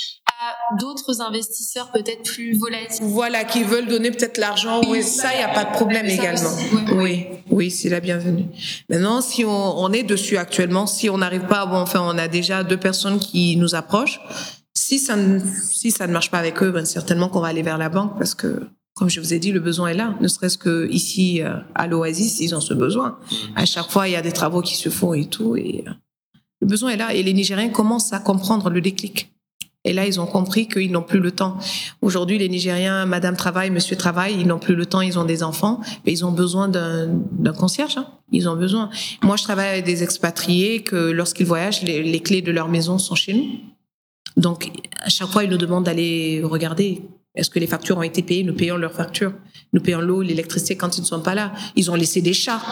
à d'autres investisseurs peut-être plus volatiles. Voilà, qui veulent donner peut-être l'argent. Oui, ça, il n'y a pas de problème également. Oui, c'est la bienvenue. Maintenant, si on est dessus actuellement, si on n'arrive pas, on a déjà 2 personnes qui nous approchent. Si ça ne marche pas avec eux, certainement qu'on va aller vers la banque parce que, comme je vous ai dit, le besoin est là. Ne serait-ce que ici, à l'Oasis, ils ont ce besoin. À chaque fois, il y a des travaux qui se font et tout, et le besoin est là. Et les Nigériens commencent à comprendre le déclic. Et là, ils ont compris qu'ils n'ont plus le temps. Aujourd'hui, les Nigériens, madame travaille, monsieur travaille, ils n'ont plus le temps, ils ont des enfants, mais ils ont besoin d'un concierge. Ils ont besoin. Moi, je travaille avec des expatriés que lorsqu'ils voyagent, les clés de leur maison sont chez nous. Donc, à chaque fois, ils nous demandent d'aller regarder. Est-ce que les factures ont été payées? Nous payons leurs factures. Nous payons l'eau, l'électricité quand ils ne sont pas là. Ils ont laissé des chats.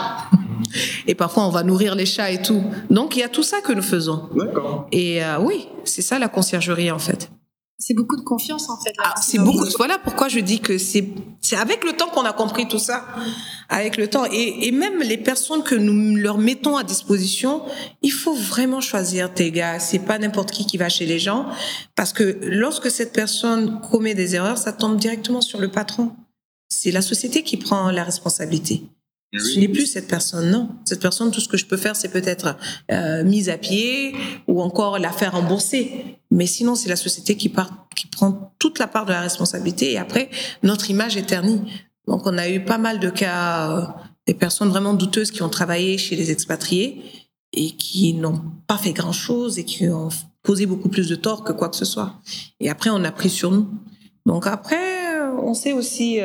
Et parfois, on va nourrir les chats et tout. Donc, il y a tout ça que nous faisons. D'accord. Et oui, c'est ça la conciergerie, en fait. C'est beaucoup de confiance, en fait. Là, c'est beaucoup. Voilà pourquoi je dis que c'est avec le temps qu'on a compris tout ça. Avec le temps. Et même les personnes que nous leur mettons à disposition, il faut vraiment choisir tes gars. C'est pas n'importe qui va chez les gens. Parce que lorsque cette personne commet des erreurs, ça tombe directement sur le patron. C'est la société qui prend la responsabilité. Oui. Ce n'est plus cette personne, non. Cette personne, tout ce que je peux faire, c'est peut-être mise à pied ou encore la faire rembourser. Mais sinon, c'est la société qui prend toute la part de la responsabilité et après, notre image est ternie. Donc, on a eu pas mal de cas, des personnes vraiment douteuses qui ont travaillé chez les expatriés et qui n'ont pas fait grand-chose et qui ont causé beaucoup plus de tort que quoi que ce soit. Et après, on a pris sur nous. Donc après, on sait aussi...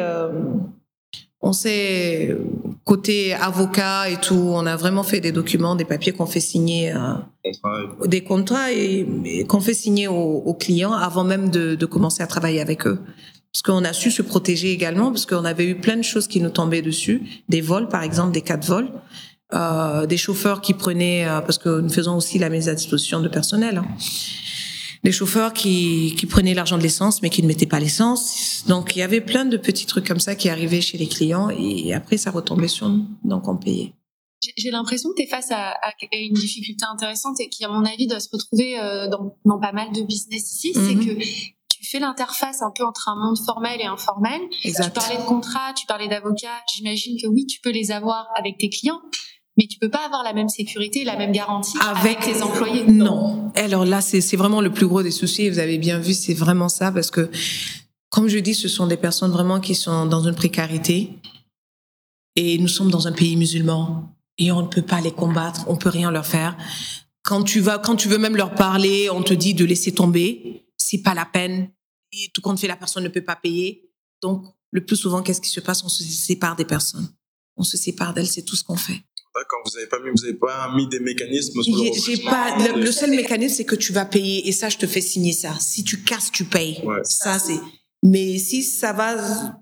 côté avocat et tout, on a vraiment fait des documents, des papiers qu'on fait signer, des contrats et qu'on fait signer aux clients avant même de commencer à travailler avec eux. Parce qu'on a su se protéger également, parce qu'on avait eu plein de choses qui nous tombaient dessus, des vols par exemple, des cas de vol, des chauffeurs qui prenaient, parce que nous faisons aussi la mise à disposition de personnel, des chauffeurs qui prenaient l'argent de l'essence mais qui ne mettaient pas l'essence. Donc il y avait plein de petits trucs comme ça qui arrivaient chez les clients et après ça retombait sur nous, donc on payait. J'ai l'impression que tu es face à une difficulté intéressante et qui à mon avis doit se retrouver dans pas mal de business ici, c'est que tu fais l'interface un peu entre un monde formel et informel. Exact. Tu parlais de contrats, tu parlais d'avocats, j'imagine que oui, tu peux les avoir avec tes clients. Mais tu peux pas avoir la même sécurité, la même garantie avec tes employés. Non. Alors là, c'est vraiment le plus gros des soucis. Vous avez bien vu, c'est vraiment ça parce que, comme je dis, ce sont des personnes vraiment qui sont dans une précarité et nous sommes dans un pays musulman et on ne peut pas les combattre, on peut rien leur faire. Quand tu veux même leur parler, on te dit de laisser tomber, c'est pas la peine. Et tout compte fait, la personne ne peut pas payer. Donc, le plus souvent, qu'est-ce qui se passe? On se sépare des personnes. On se sépare d'elles, c'est tout ce qu'on fait. D'accord, vous avez pas mis des mécanismes sur le seul mécanisme, c'est que tu vas payer et ça, je te fais signer ça. Si tu casses, tu payes. Ouais. Ça, c'est. Mais si ça va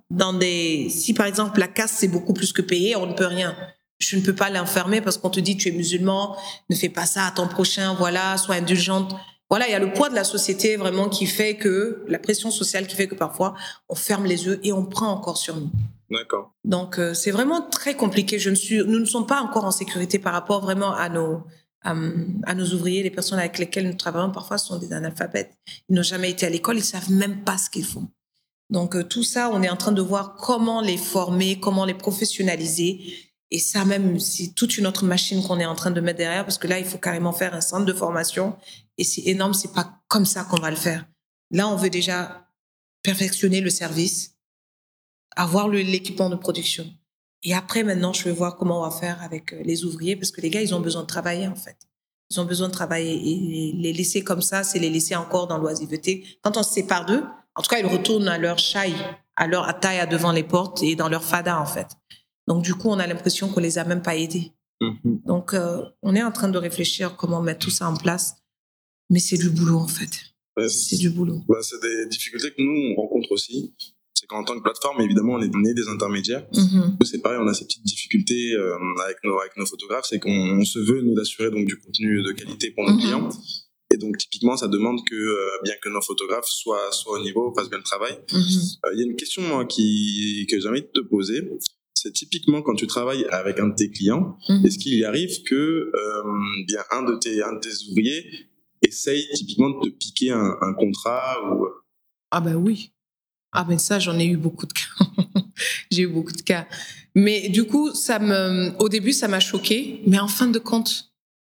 si par exemple la casse c'est beaucoup plus que payer, on ne peut rien. Je ne peux pas l'enfermer parce qu'on te dit tu es musulman, ne fais pas ça à ton prochain, voilà, sois indulgente. Voilà, il y a le poids de la société vraiment qui fait que la pression sociale qui fait que parfois on ferme les yeux et on prend encore sur nous. D'accord. Donc c'est vraiment très compliqué. Nous ne sommes pas encore en sécurité par rapport vraiment à nos ouvriers, les personnes avec lesquelles nous travaillons. Parfois, sont des analphabètes. Ils n'ont jamais été à l'école, ils savent même pas ce qu'ils font. Donc tout ça, on est en train de voir comment les former, comment les professionnaliser. Et ça même, c'est toute une autre machine qu'on est en train de mettre derrière, parce que là, il faut carrément faire un centre de formation. Et c'est énorme, c'est pas comme ça qu'on va le faire. Là, on veut déjà perfectionner le service, avoir l'équipement de production. Et après, maintenant, je vais voir comment on va faire avec les ouvriers, parce que les gars, ils ont besoin de travailler, en fait. Ils ont besoin de travailler. Et les laisser comme ça, c'est les laisser encore dans l'oisiveté. Quand on se sépare d'eux, en tout cas, ils retournent à leur chai, à leur ataïa devant les portes et dans leur fada, en fait. Donc, du coup, on a l'impression qu'on les a même pas aidés. Donc, on est en train de réfléchir comment mettre tout ça en place. Mais c'est du boulot, en fait. C'est du boulot. C'est des difficultés que nous, on rencontre aussi. C'est qu'en tant que plateforme, évidemment, on est né des intermédiaires. C'est pareil, on a ces petites difficultés avec nos photographes, c'est qu'on se veut, nous, d'assurer donc, du contenu de qualité pour nos clients. Et donc, typiquement, ça demande que, bien que nos photographes soient au niveau, fassent bien le travail. Il y a une question, moi, que j'ai envie de te poser. C'est typiquement quand tu travailles avec un de tes clients, est-ce qu'il arrive que bien un de tes ouvriers essaye typiquement de te piquer un contrat ou... Ah ben oui. Ah ben ça, j'en ai eu beaucoup de cas. J'ai eu beaucoup de cas. Mais du coup, au début, ça m'a choquée. Mais en fin de compte,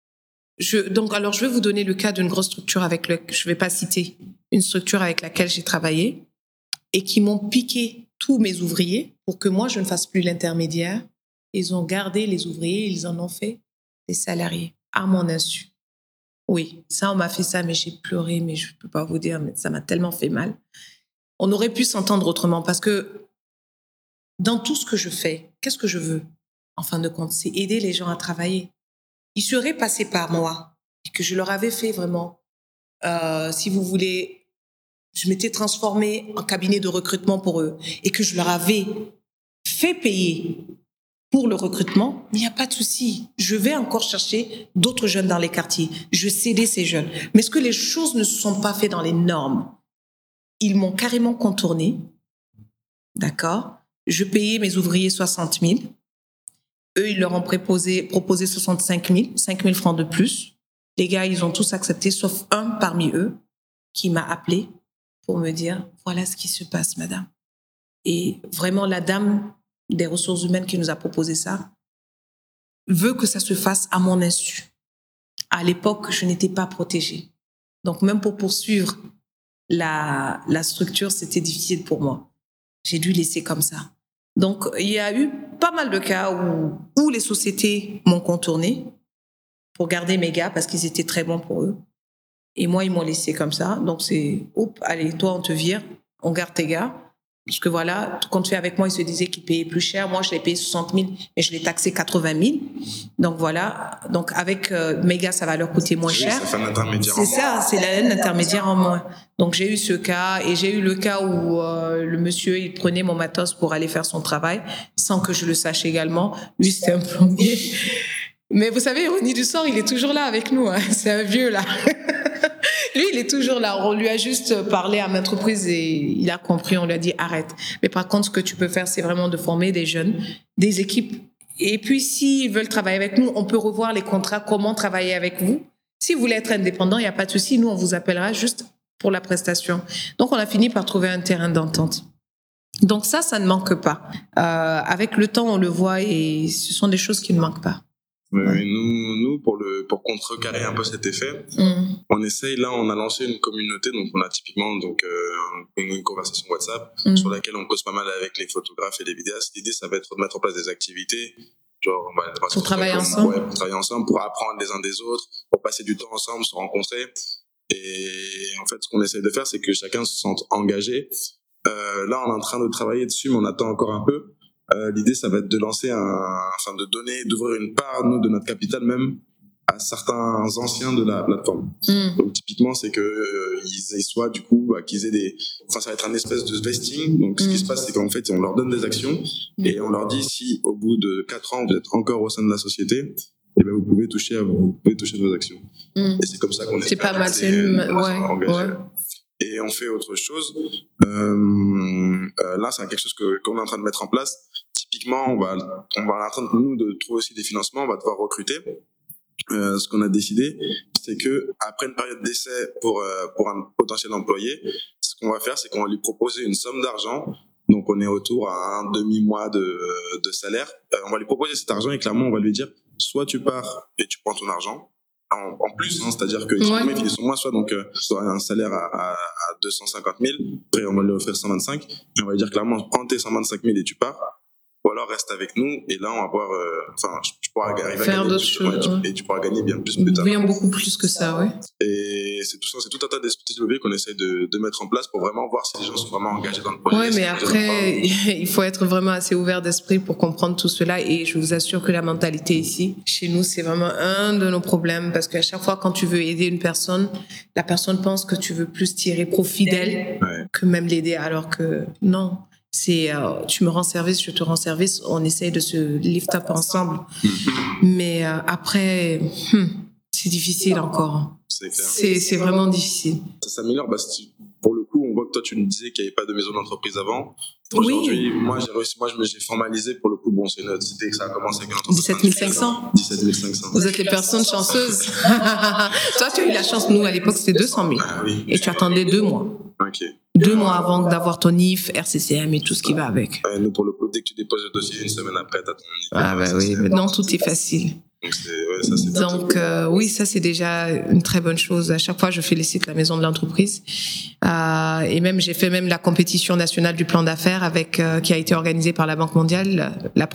alors je vais vous donner le cas d'une grosse structure je vais pas citer, une structure avec laquelle j'ai travaillé et qui m'ont piqué tous mes ouvriers pour que moi, je ne fasse plus l'intermédiaire. Ils ont gardé les ouvriers, ils en ont fait des salariés à mon insu. Oui, ça, on m'a fait ça, mais j'ai pleuré, mais je peux pas vous dire, mais ça m'a tellement fait mal. On aurait pu s'entendre autrement parce que dans tout ce que je fais, qu'est-ce que je veux? En fin de compte, c'est aider les gens à travailler. Ils seraient passés par moi et que je leur avais fait vraiment, si vous voulez, je m'étais transformée en cabinet de recrutement pour eux et que je leur avais fait payer pour le recrutement, il n'y a pas de souci. Je vais encore chercher d'autres jeunes dans les quartiers. Je cédais ces jeunes. Mais est-ce que les choses ne se sont pas faites dans les normes? Ils m'ont carrément contourné. D'accord? Je payais mes ouvriers 60 000. Eux, ils leur ont proposé 65 000, 5 000 francs de plus. Les gars, ils ont tous accepté, sauf un parmi eux qui m'a appelé pour me dire, voilà ce qui se passe, madame. Et vraiment, la dame des ressources humaines qui nous a proposé ça veut que ça se fasse à mon insu. À l'époque, je n'étais pas protégée. Donc, même pour poursuivre la structure, c'était difficile pour moi. J'ai dû laisser comme ça. Donc, il y a eu pas mal de cas où les sociétés m'ont contourné pour garder mes gars parce qu'ils étaient très bons pour eux. Et moi, ils m'ont laissé comme ça. Donc, c'est, allez, toi, on te vire, on garde tes gars. Parce que voilà, quand tu es avec moi, ils se disaient qu'ils payaient plus cher. Moi, je l'ai payé 60 000, mais je l'ai taxé 80 000. Donc voilà. Donc avec mes gars, ça va leur coûter moins cher. Ça fait un intermédiaire c'est ça, c'est l'intermédiaire en moins. Donc j'ai eu ce cas et j'ai eu le cas où le monsieur, il prenait mon matos pour aller faire son travail sans que je le sache également. Lui, c'était un plombier. Mais vous savez, ironie du sort, il est toujours là avec nous. Hein. C'est un vieux là. Lui, il est toujours là. On lui a juste parlé à maintes reprises et il a compris. On lui a dit arrête. Mais par contre, ce que tu peux faire, c'est vraiment de former des jeunes, des équipes. Et puis, s'ils veulent travailler avec nous, on peut revoir les contrats, comment travailler avec vous. Si vous voulez être indépendant, il n'y a pas de souci. Nous, on vous appellera juste pour la prestation. Donc, on a fini par trouver un terrain d'entente. Donc ça ne manque pas. Avec le temps, on le voit et ce sont des choses qui ne manquent pas. Ouais. Nous pour contrecarrer un peu cet effet, on essaye, là on a lancé une communauté, donc on a typiquement une conversation WhatsApp sur laquelle on cause pas mal avec les photographes et les vidéastes. L'idée, ça va être de mettre en place des activités, genre pour travailler ensemble. Ouais, pour travailler ensemble, pour apprendre les uns des autres, pour passer du temps ensemble, se rencontrer. Et en fait, ce qu'on essaye de faire, c'est que chacun se sente engagé. Là, on est en train de travailler dessus, mais on attend encore un peu. L'idée, ça va être de lancer d'ouvrir une part, nous, de notre capital même, à certains anciens de la plateforme. Donc, typiquement, c'est que ils soient, du coup, qu'ils aient ça va être un espèce de vesting. Donc, ce qui se passe, c'est qu'en fait, on leur donne des actions et on leur dit si, au bout de 4 ans, vous êtes encore au sein de la société, eh ben, vous pouvez toucher de vos actions. Et c'est comme ça qu'on est. C'est pas mal, ouais. Et on fait autre chose. Là, c'est quelque chose qu'on est en train de mettre en place. Typiquement, on va en train de trouver aussi des financements. On va devoir recruter. Ce qu'on a décidé, c'est que après une période d'essai pour un potentiel employé, ce qu'on va faire, c'est qu'on va lui proposer une somme d'argent. Donc, on est autour à un demi-mois de salaire. On va lui proposer cet argent et clairement, on va lui dire soit tu pars et tu prends ton argent. En plus, hein, c'est-à-dire que il finit son mois, soit un salaire à 250 000, après on va lui offrir 125, et on va lui dire clairement, prends tes 125 000 et tu pars, ou alors reste avec nous et là on va voir, tu pourras arriver faire à gagner d'autres choses. et tu pourras gagner bien plus tard. Bien beaucoup plus que ça, oui. Et c'est tout un tas d'espèces de leviers qu'on essaie de mettre en place pour vraiment voir si les gens sont vraiment engagés dans le projet. Oui, mais après, il faut être vraiment assez ouvert d'esprit pour comprendre tout cela. Et je vous assure que la mentalité ici, chez nous, c'est vraiment un de nos problèmes. Parce qu'à chaque fois, quand tu veux aider une personne, la personne pense que tu veux plus tirer profit d'elle que même l'aider. Alors que non. C'est tu me rends service, je te rends service. On essaye de se lift up ensemble. Mais après, c'est difficile encore. C'est clair. C'est vraiment difficile. Ça s'améliore. Pour le coup, on voit que toi, tu nous disais qu'il n'y avait pas de maison d'entreprise avant. Aujourd'hui, moi, j'ai formalisé pour le coup. Bon, c'est une idée que ça a commencé avec une entreprise. 17 500. 17 500. Vous êtes les personnes chanceuses. Toi, tu as eu la chance. Nous, à l'époque, c'était 200 000. Ah, oui. Et tu attendais 2 mois. Ok. 2 mois avant d'avoir ton IF, RCCM et tout ce qui va avec. Nous, pour le coup, dès que tu déposes le dossier, une semaine après, t'as ton IF. Ah, bah oui, maintenant, tout est facile. Donc, oui, ça, c'est déjà une très bonne chose. À chaque fois, je félicite la maison de l'entreprise. Et même, j'ai fait même la compétition nationale du plan d'affaires qui a été organisée par la Banque mondiale, la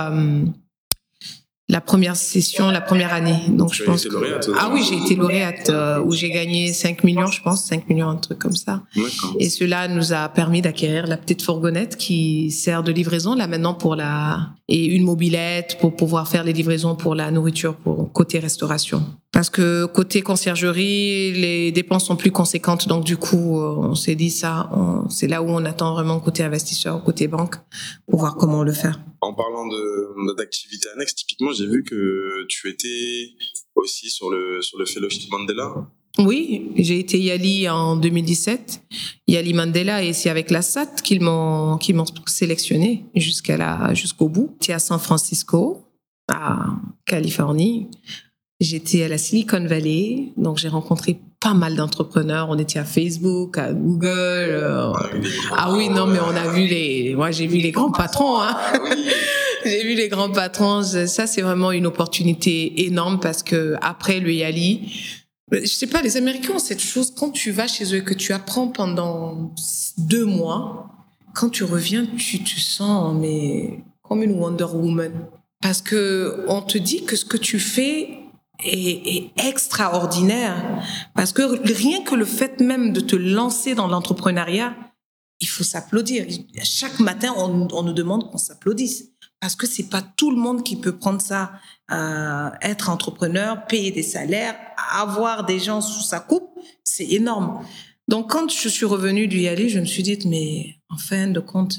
première session, la première année. Donc, je pense oui, j'ai été lauréate, où j'ai gagné 5 millions, je pense, 5 millions, un truc comme ça. Et cela nous a permis d'acquérir la petite fourgonnette qui sert de livraison, là, maintenant, et une mobilette pour pouvoir faire les livraisons pour la nourriture, pour côté restauration. Parce que côté conciergerie, les dépenses sont plus conséquentes. Donc, du coup, on s'est dit ça, c'est là où on attend vraiment côté investisseur, côté banque, pour voir comment le faire. En parlant d'activités annexes, typiquement, j'ai vu que tu étais aussi sur le fellowship Mandela. Oui, j'ai été Yali en 2017. Yali Mandela, et c'est avec la SAT qu'ils m'ont sélectionné jusqu'au bout. J'étais à San Francisco, à Californie. J'étais à la Silicon Valley, donc j'ai rencontré pas mal d'entrepreneurs. On était à Facebook, à Google. Oui, non, mais on a vu moi, j'ai vu les grands patrons, hein. J'ai vu les grands patrons. Ça, c'est vraiment une opportunité énorme parce que après le Yali, je sais pas, les Américains ont cette chose, quand tu vas chez eux et que tu apprends pendant 2 mois, quand tu reviens, tu te sens, mais comme une Wonder Woman. Parce que on te dit que ce que tu fais est extraordinaire. Parce que rien que le fait même de te lancer dans l'entrepreneuriat, il faut s'applaudir. Chaque matin, on nous demande qu'on s'applaudisse. Parce que c'est pas tout le monde qui peut prendre ça, être entrepreneur, payer des salaires, avoir des gens sous sa coupe, c'est énorme. Donc, quand je suis revenue du Yali, je me suis dit, mais en fin de compte,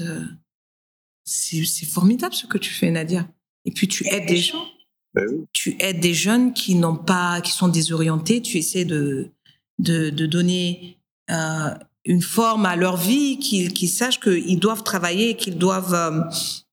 c'est formidable ce que tu fais, Nadia. Et puis, tu aides des gens. Tu aides des jeunes qui sont désorientés. Tu essaies de donner une forme à leur vie, qu'ils sachent qu'ils doivent travailler, qu'ils doivent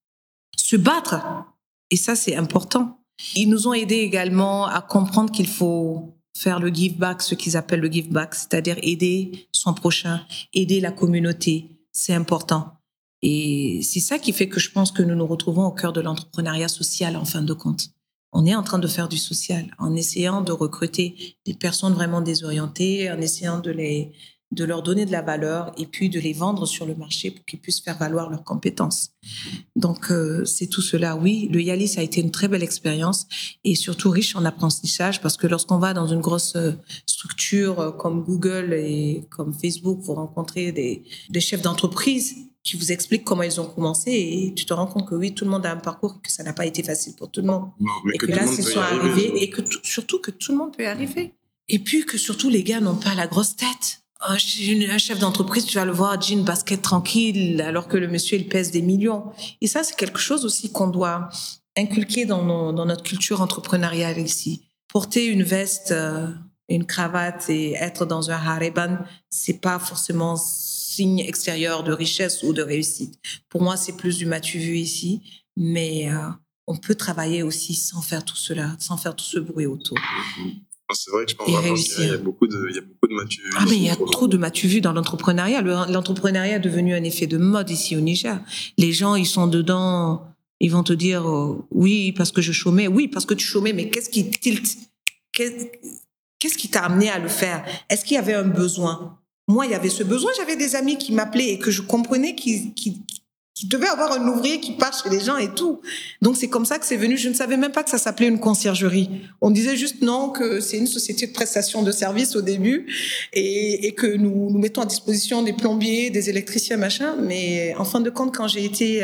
se battre. Et ça, c'est important. Ils nous ont aidés également à comprendre qu'il faut faire le give back, ce qu'ils appellent le give back, c'est-à-dire aider son prochain, aider la communauté. C'est important. Et c'est ça qui fait que je pense que nous nous retrouvons au cœur de l'entrepreneuriat social, en fin de compte. On est en train de faire du social, en essayant de recruter des personnes vraiment désorientées, en essayant de leur donner de la valeur et puis de les vendre sur le marché pour qu'ils puissent faire valoir leurs compétences. Donc, c'est tout cela. Oui, le Yali, ça a été une très belle expérience et surtout riche en apprentissage parce que lorsqu'on va dans une grosse structure comme Google et comme Facebook, vous rencontrez des chefs d'entreprise qui vous expliquent comment ils ont commencé et tu te rends compte que oui, tout le monde a un parcours, que ça n'a pas été facile pour tout le monde. Non, mais et que là, ils sont arrivés et que surtout que tout le monde peut y arriver. Et puis que surtout les gars n'ont pas la grosse tête. Un chef d'entreprise, tu vas le voir, jean, basket tranquille, alors que le monsieur, il pèse des millions. Et ça, c'est quelque chose aussi qu'on doit inculquer dans notre culture entrepreneuriale ici. Porter une veste, une cravate et être dans un hariban, c'est pas forcément signe extérieur de richesse ou de réussite. Pour moi, c'est plus du m'as-tu vu ici, mais on peut travailler aussi sans faire tout cela, sans faire tout ce bruit autour. C'est vrai que je pense vraiment qu'il y a beaucoup de m'as-tu vu. Ah, mais il y a trop de m'as-tu vu dans l'entrepreneuriat. L'entrepreneuriat est devenu un effet de mode ici au Niger. Les gens, ils sont dedans, ils vont te dire oui, parce que je chômais. Oui, parce que tu chômais, mais qu'est-ce qui tilte? Qu'est-ce qui t'a amené à le faire? Est-ce qu'il y avait un besoin? Moi, il y avait ce besoin. J'avais des amis qui m'appelaient et que je comprenais qui Tu devais avoir un ouvrier qui passe chez les gens et tout. Donc, c'est comme ça que c'est venu. Je ne savais même pas que ça s'appelait une conciergerie. On disait juste non, que c'est une société de prestation de services au début et que nous mettons à disposition des plombiers, des électriciens, machin. Mais en fin de compte, quand j'ai été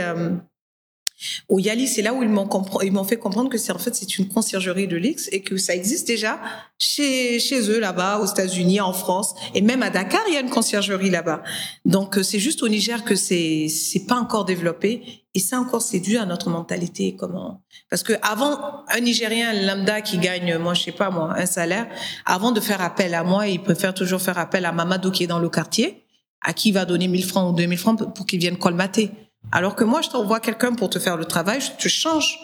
au Yali, c'est là où ils m'ont fait comprendre que c'est une conciergerie de luxe et que ça existe déjà chez eux là-bas, aux États-Unis, en France, et même à Dakar, il y a une conciergerie là-bas. Donc c'est juste au Niger que c'est pas encore développé, et ça encore c'est dû à notre mentalité. Parce que avant, un Nigérien lambda qui gagne, un salaire, avant de faire appel à moi, il préfère toujours faire appel à Mamadou qui est dans le quartier, à qui il va donner 1 000 francs ou 2 000 francs pour qu'il vienne colmater. Alors que moi, je t'envoie quelqu'un pour te faire le travail, je te change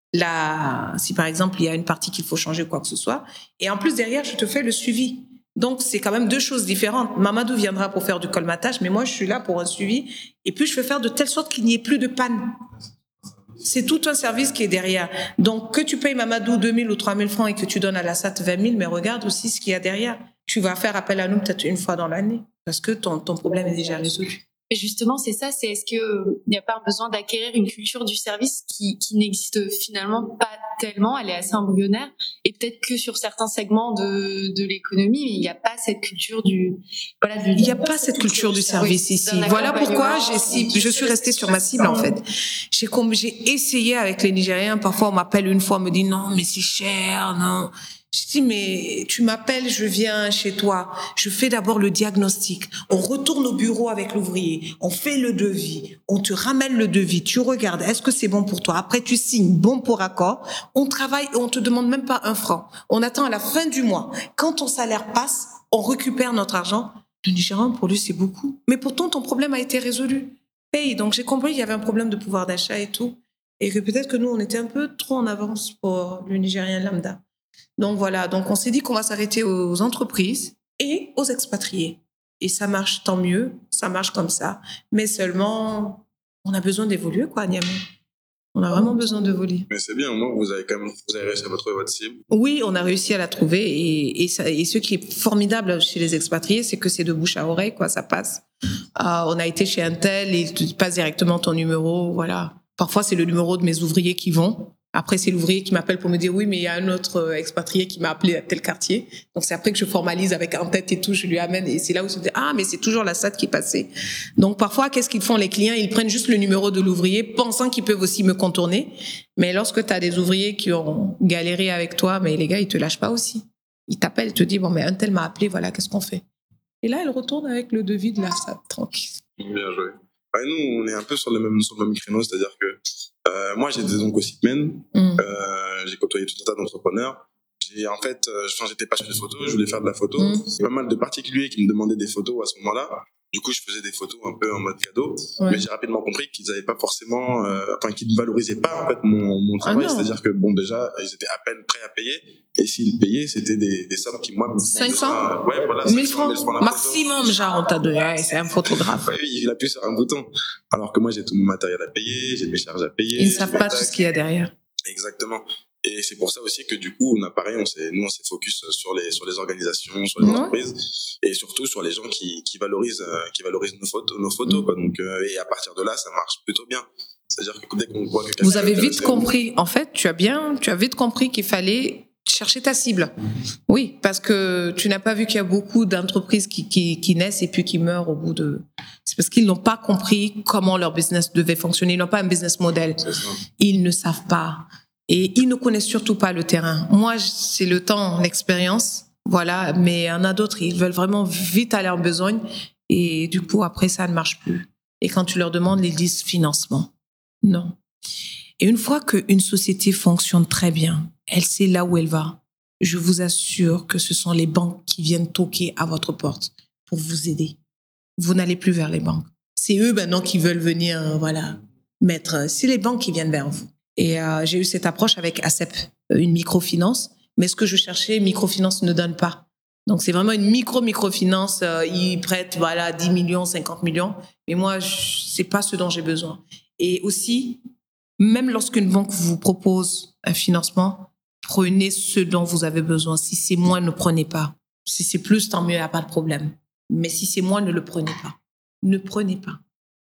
si par exemple, il y a une partie qu'il faut changer ou quoi que ce soit. Et en plus, derrière, je te fais le suivi. Donc, c'est quand même 2 choses différentes. Mamadou viendra pour faire du colmatage, mais moi, je suis là pour un suivi. Et puis, je vais faire de telle sorte qu'il n'y ait plus de panne. C'est tout un service qui est derrière. Donc, que tu payes Mamadou 2 000 ou 3 000 francs et que tu donnes à la SAT 20 000, mais regarde aussi ce qu'il y a derrière. Tu vas faire appel à nous peut-être une fois dans l'année parce que ton problème est déjà résolu. Et justement, c'est ça, est-ce qu'il n'y a pas besoin d'acquérir une culture du service qui n'existe finalement pas tellement, elle est assez embryonnaire, et peut-être que sur certains segments de l'économie, il n'y a pas cette culture il n'y a pas cette culture du service ici. Voilà pourquoi je suis restée sur ma cible, en fait. J'ai essayé avec les Nigériens, parfois on m'appelle une fois, on me dit non, mais c'est cher, non. Je dis, mais tu m'appelles, je viens chez toi. Je fais d'abord le diagnostic. On retourne au bureau avec l'ouvrier. On fait le devis. On te ramène le devis. Tu regardes, est-ce que c'est bon pour toi? Après, tu signes bon pour accord. On travaille et on te demande même pas 1 franc. On attend à la fin du mois. Quand ton salaire passe, on récupère notre argent. Le Nigérian, pour lui, c'est beaucoup. Mais pourtant, ton problème a été résolu. Paye. Donc, j'ai compris qu'il y avait un problème de pouvoir d'achat et tout. Et que peut-être que nous, on était un peu trop en avance pour le Nigérien lambda. Donc voilà, donc on s'est dit qu'on va s'arrêter aux entreprises et aux expatriés. Et ça marche, tant mieux, ça marche comme ça. Mais seulement, on a besoin d'évoluer, quoi, Niamey. On a vraiment besoin d'évoluer. Mais c'est bien, au moins, vous avez réussi à trouver votre cible. Oui, on a réussi à la trouver. Et ce qui est formidable chez les expatriés, c'est que c'est de bouche à oreille, quoi, ça passe. On a été chez un tel et tu passes directement ton numéro, voilà. Parfois, c'est le numéro de mes ouvriers qui vont. Après, c'est l'ouvrier qui m'appelle pour me dire oui, mais il y a un autre expatrié qui m'a appelé à tel quartier. Donc, c'est après que je formalise avec en tête et tout, je lui amène. Et c'est là où je me dis, mais c'est toujours la SAT qui est passée. Donc, parfois, qu'est-ce qu'ils font les clients? Ils prennent juste le numéro de l'ouvrier, pensant qu'ils peuvent aussi me contourner. Mais lorsque tu as des ouvriers qui ont galéré avec toi, mais les gars, ils te lâchent pas aussi. Ils t'appellent, ils te disent, bon, mais un tel m'a appelé, voilà, qu'est-ce qu'on fait? Et là, elle retourne avec le devis de la SAT, tranquille. Bien joué. Nous, on est un peu sur le même créneau, c'est-à-dire que moi, j'ai des oncles aussi j'ai côtoyé tout un tas d'entrepreneurs. J'étais passionné de photos, je voulais faire de la photo. Il y a pas mal de particuliers qui me demandaient des photos à ce moment-là. Du coup, je faisais des photos un peu en mode cadeau, mais j'ai rapidement compris qu'ils n'avaient pas forcément, qu'ils ne valorisaient pas en fait mon travail. C'est-à-dire que déjà, ils étaient à peine prêts à payer, et s'ils payaient, c'était des sommes qui moi. 500. Ouais, voilà. 1000 francs maximum, genre on t'a donné. Ouais, c'est un photographe. Oui, il appuie sur un bouton. Alors que moi, j'ai tout mon matériel à payer, j'ai mes charges à payer. Ils ne savent pas tout ce qu'il y a derrière. Exactement. Et c'est pour ça aussi que du coup, on s'est focus sur les organisations, sur les entreprises, et surtout sur les gens qui valorisent nos photos, quoi. Donc, et à partir de là, ça marche plutôt bien. C'est-à-dire que dès qu'on voit que vous avez vite compris. En fait, tu as vite compris qu'il fallait chercher ta cible. Oui, parce que tu n'as pas vu qu'il y a beaucoup d'entreprises qui naissent et puis qui meurent au bout de. C'est parce qu'ils n'ont pas compris comment leur business devait fonctionner. Ils n'ont pas un business model. Ils ne savent pas. Et ils ne connaissent surtout pas le terrain. Moi, c'est le temps, l'expérience, voilà. Mais il y en a d'autres, ils veulent vraiment vite aller en besogne. Et du coup, après, ça ne marche plus. Et quand tu leur demandes, ils disent financement. Non. Et une fois qu'une société fonctionne très bien, elle sait là où elle va. Je vous assure que ce sont les banques qui viennent toquer à votre porte pour vous aider. Vous n'allez plus vers les banques. C'est eux maintenant qui veulent venir, mettre. C'est les banques qui viennent vers vous. Et j'ai eu cette approche avec ACEP, une microfinance. Mais ce que je cherchais, microfinance ne donne pas. Donc, c'est vraiment une microfinance. Ils prêtent 10 millions, 50 millions. Mais moi, c'est pas ce dont j'ai besoin. Et aussi, même lorsqu'une banque vous propose un financement, prenez ce dont vous avez besoin. Si c'est moins, ne prenez pas. Si c'est plus, tant mieux, il n'y a pas de problème. Mais si c'est moins, ne le prenez pas. Ne prenez pas.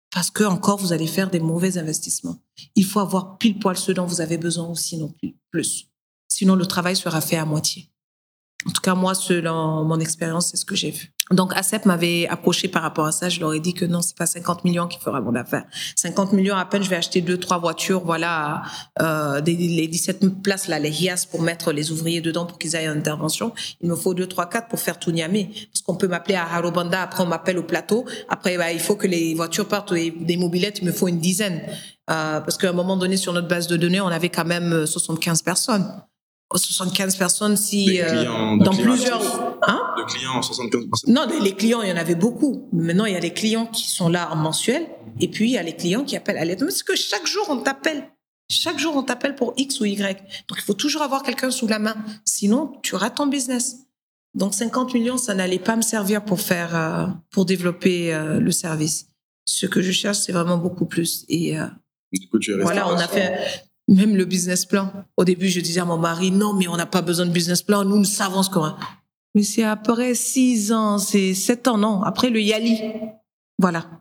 parce que encore vous allez faire des mauvais investissements. Il faut avoir pile poil ce dont vous avez besoin aussi, non plus. Sinon, le travail sera fait à moitié. En tout cas, moi, selon mon expérience, c'est ce que j'ai vu. Donc, ACEP m'avait approché par rapport à ça. Je leur ai dit que non, c'est pas 50 millions qui fera mon affaire. 50 millions, à peine, je vais acheter 2-3 voitures, voilà, les 17 places, là, les Hias pour mettre les ouvriers dedans pour qu'ils aillent en intervention. Il me faut 2, 3, 4 pour faire tout Niamey. Parce qu'on peut m'appeler à Harobanda, après on m'appelle au plateau. Après, il faut que les voitures partent, des mobilettes, il me faut une dizaine. Parce qu'à un moment donné, sur notre base de données, on avait quand même 75 personnes. 75 personnes dans plusieurs de clients 75%. Non, les clients, il y en avait beaucoup. Maintenant, il y a les clients qui sont là en mensuel et puis il y a les clients qui appellent à l'aide. Parce que chaque jour on t'appelle pour X ou Y. Donc il faut toujours avoir quelqu'un sous la main, sinon tu rates ton business. Donc 50 millions, ça n'allait pas me servir pour développer le service. Ce que je cherche, c'est vraiment beaucoup plus. Et du coup, tu es resté on a fait même le business plan. Au début, je disais à mon mari, non, mais on n'a pas besoin de business plan, nous savons ce qu'on a. Mais c'est après 6 ans, c'est 7 ans, non. Après le Yali. Voilà.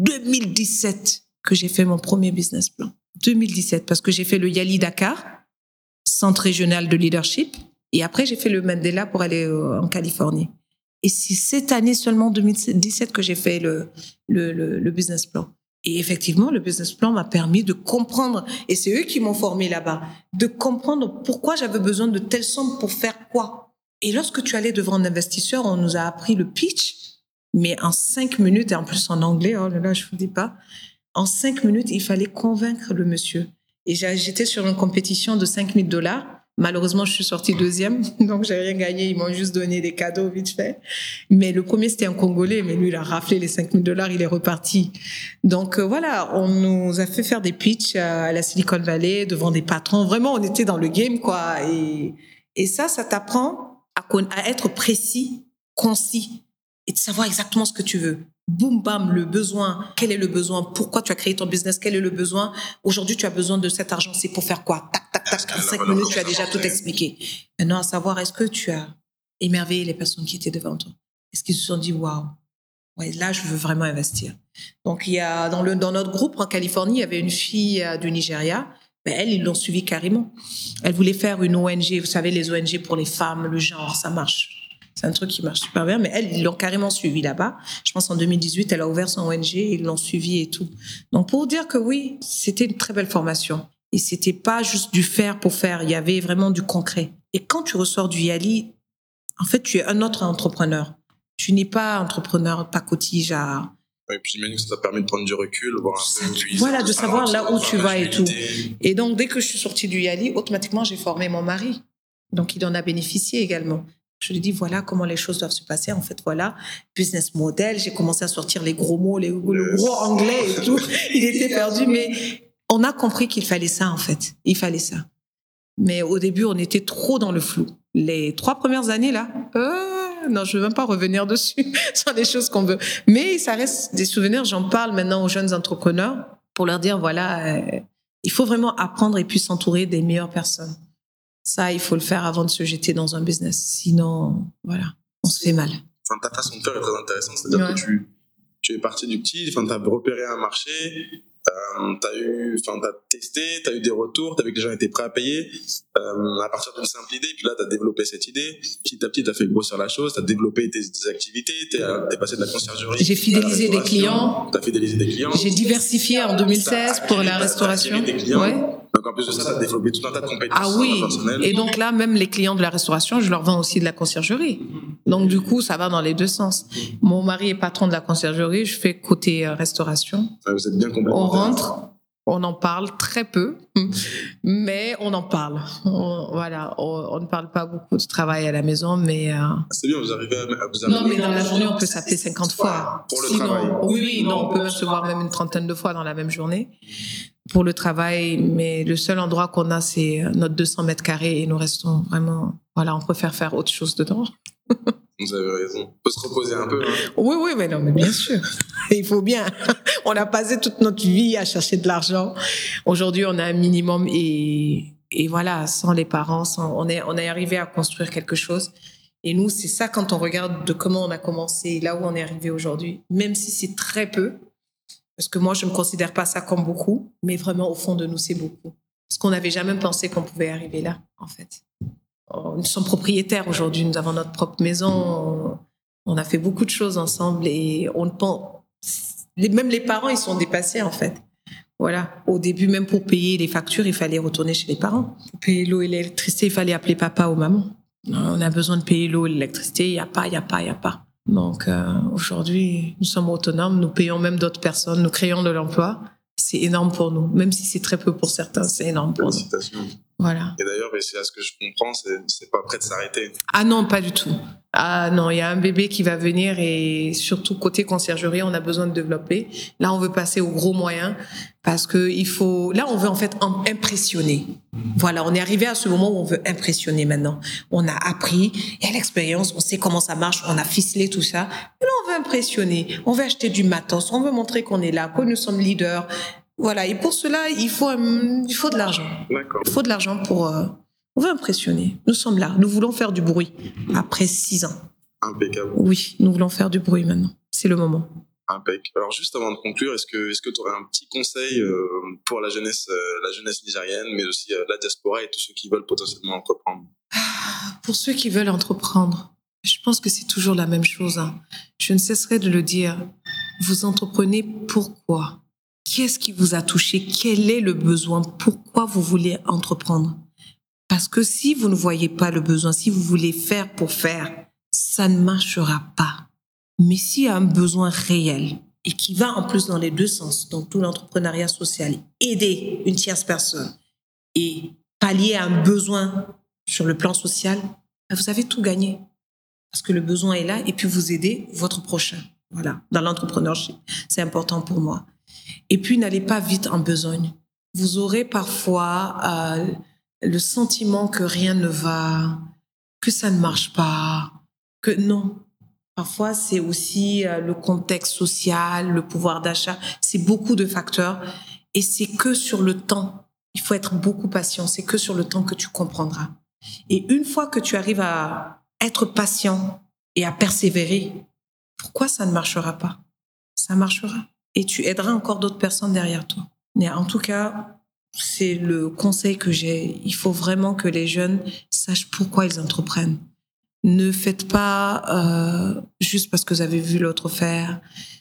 2017 que j'ai fait mon premier business plan. 2017, parce que j'ai fait le Yali Dakar, centre régional de leadership. Et après, j'ai fait le Mandela pour aller en Californie. Et c'est cette année seulement, 2017, que j'ai fait le business plan. Et effectivement, le business plan m'a permis de comprendre, et c'est eux qui m'ont formé là-bas, de comprendre pourquoi j'avais besoin de telle somme pour faire quoi. Et lorsque tu allais devant un investisseur, on nous a appris le pitch, mais en 5 minutes, et en plus en anglais, oh là là, je vous dis pas, en 5 minutes, il fallait convaincre le monsieur. Et j'étais sur une compétition de $5,000. Malheureusement, je suis sortie 2e, donc j'ai rien gagné. Ils m'ont juste donné des cadeaux vite fait. Mais le premier, c'était un Congolais, mais lui, il a raflé les $5,000, il est reparti. Donc voilà, on nous a fait faire des pitchs à la Silicon Valley devant des patrons. Vraiment, on était dans le game, quoi. Et ça t'apprend à être précis, concis, et de savoir exactement ce que tu veux. Boum, bam, le besoin. Quel est le besoin? Pourquoi tu as créé ton business? Quel est le besoin? Aujourd'hui, tu as besoin de cet argent. C'est pour faire quoi? Tac, tac, tac. En 5 minutes, tu as déjà tout expliqué. Maintenant, à savoir, est-ce que tu as émerveillé les personnes qui étaient devant toi? Est-ce qu'ils se sont dit, waouh, ouais, là, je veux vraiment investir. Donc, il y a, dans notre groupe en Californie, il y avait une fille du Nigeria. Ben, elle, ils l'ont suivie carrément. Elle voulait faire une ONG. Vous savez, les ONG pour les femmes, le genre, ça marche. C'est un truc qui marche super bien, mais elle, ils l'ont carrément suivi là-bas. Je pense en 2018, elle a ouvert son ONG, ils l'ont suivi et tout. Donc, pour dire que oui, c'était une très belle formation. Et c'était pas juste du faire pour faire, il y avait vraiment du concret. Et quand tu ressors du Yali, en fait, tu es un autre entrepreneur. Tu n'es pas entrepreneur pacotille à... Et puis j'imagine que ça t'a permis de prendre du recul, voir un peu. Voilà, de savoir là où tu vas et tout. Et donc, dès que je suis sortie du Yali, automatiquement, j'ai formé mon mari. Donc, il en a bénéficié également. Je lui dis, voilà comment les choses doivent se passer. En fait, voilà, business model. J'ai commencé à sortir les gros mots, le gros anglais et tout. Il était perdu, mais on a compris qu'il fallait ça, en fait. Il fallait ça. Mais au début, on était trop dans le flou. Les 3 premières années, là, non, je ne veux même pas revenir dessus. Ce sont des choses qu'on veut. Mais ça reste des souvenirs. J'en parle maintenant aux jeunes entrepreneurs pour leur dire, voilà, il faut vraiment apprendre et puis s'entourer des meilleures personnes. Ça, il faut le faire avant de se jeter dans un business. Sinon, voilà, on se fait mal. Enfin, ta façon de faire est très intéressante. C'est-à-dire que tu es parti du petit, tu as repéré un marché, t'as testé, t'as eu des retours, t'as vu que les gens étaient prêts à payer, à partir d'une simple idée, puis là t'as développé cette idée, petit à petit t'as fait grossir la chose, t'as développé tes activités, t'es passé de la conciergerie. J'ai fidélisé des clients. T'as fidélisé des clients. J'ai diversifié en 2016 pour la restauration. Ouais. Donc en plus de ça, t'as développé tout un tas de compétences. Ah oui. Et donc là, même les clients de la restauration, je leur vends aussi de la conciergerie. Donc du coup, ça va dans les deux sens. Mon mari est patron de la conciergerie, je fais côté restauration. Vous êtes bien complémentaires. On rentre, on en parle très peu, mais on en parle. On ne parle pas beaucoup de travail à la maison, mais... C'est bien, vous arrivez à vous Non, mais dans la journée, on peut s'appeler 50 fois. Pour le travail. Oui, non, on peut même se voir même une 30aine de fois dans la même journée. Pour le travail, mais le seul endroit qu'on a, c'est notre 200 mètres carrés et nous restons vraiment... Voilà, on préfère faire autre chose dedans. Vous avez raison. On peut se reposer un peu. Hein. Oui, mais non, mais bien sûr. Il faut bien. On a passé toute notre vie à chercher de l'argent. Aujourd'hui, on a un minimum et voilà, sans les parents, on est arrivé à construire quelque chose. Et nous, c'est ça quand on regarde de comment on a commencé, là où on est arrivé aujourd'hui. Même si c'est très peu, Parce que moi, je ne considère pas ça comme beaucoup, mais vraiment, au fond de nous, c'est beaucoup. Parce qu'on n'avait jamais pensé qu'on pouvait arriver là, en fait. Nous sommes propriétaires aujourd'hui, nous avons notre propre maison, on a fait beaucoup de choses ensemble et on pense... Même les parents, ils sont dépassés, en fait. Voilà. Au début, même pour payer les factures, il fallait retourner chez les parents. Pour payer l'eau et l'électricité, il fallait appeler papa ou maman. On a besoin de payer l'eau et l'électricité, il n'y a pas. Donc, aujourd'hui, nous sommes autonomes, nous payons même d'autres personnes, nous créons de l'emploi. C'est énorme pour nous. Même si c'est très peu pour certains, c'est énorme pour nous. Voilà. Et d'ailleurs, c'est à ce que je comprends, c'est pas prêt de s'arrêter. Ah non, pas du tout. Ah non, il y a un bébé qui va venir et surtout côté conciergerie, on a besoin de développer. Là, on veut passer aux gros moyens parce que il faut. Là, on veut en fait impressionner. Voilà, on est arrivé à ce moment où on veut impressionner maintenant. On a appris, il y a l'expérience, on sait comment ça marche, on a ficelé tout ça. Et là, on veut impressionner. On veut acheter du matos, on veut montrer qu'on est là, que nous sommes leaders. Voilà, et pour cela, il faut de l'argent. D'accord. Il faut de l'argent pour. On veut impressionner. Nous sommes là. Nous voulons faire du bruit après 6 ans. Impeccable. Oui, nous voulons faire du bruit maintenant. C'est le moment. Impeccable. Alors juste avant de conclure, est-ce que tu aurais un petit conseil pour la jeunesse nigérienne, mais aussi la diaspora et tous ceux qui veulent potentiellement entreprendre? Pour ceux qui veulent entreprendre, je pense que c'est toujours la même chose. Je ne cesserai de le dire. Vous entreprenez pourquoi? Qu'est-ce qui vous a touché? Quel est le besoin? Pourquoi vous voulez entreprendre? Parce que si vous ne voyez pas le besoin, si vous voulez faire pour faire, ça ne marchera pas. Mais s'il y a un besoin réel et qui va en plus dans les deux sens, donc tout l'entrepreneuriat social, aider une tierce personne et pallier à un besoin sur le plan social, vous avez tout gagné. Parce que le besoin est là et puis vous aidez votre prochain. Voilà, dans l'entrepreneurship, c'est important pour moi. Et puis, n'allez pas vite en besogne. Vous aurez parfois le sentiment que rien ne va, que ça ne marche pas, que non. Parfois, c'est aussi le contexte social, le pouvoir d'achat. C'est beaucoup de facteurs. Et c'est que sur le temps. Il faut être beaucoup patient. C'est que sur le temps que tu comprendras. Et une fois que tu arrives à être patient et à persévérer, pourquoi ça ne marchera pas? Ça marchera. Et tu aideras encore d'autres personnes derrière toi. Mais en tout cas, c'est le conseil que j'ai. Il faut vraiment que les jeunes sachent pourquoi ils entreprennent. Ne faites pas juste parce que vous avez vu l'autre faire.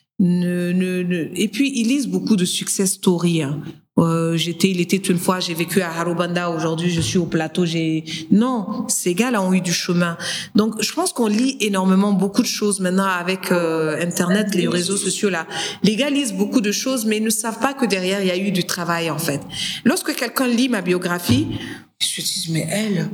Et puis, ils lisent beaucoup de success stories. Il était une fois, j'ai vécu à Harobanda, aujourd'hui je suis au plateau. Non, ces gars-là ont eu du chemin. Donc, je pense qu'on lit énormément beaucoup de choses maintenant avec Internet, les réseaux sociaux là. Les gars lisent beaucoup de choses, mais ils ne savent pas que derrière il y a eu du travail en fait. Lorsque quelqu'un lit ma biographie, ils se disent mais elle,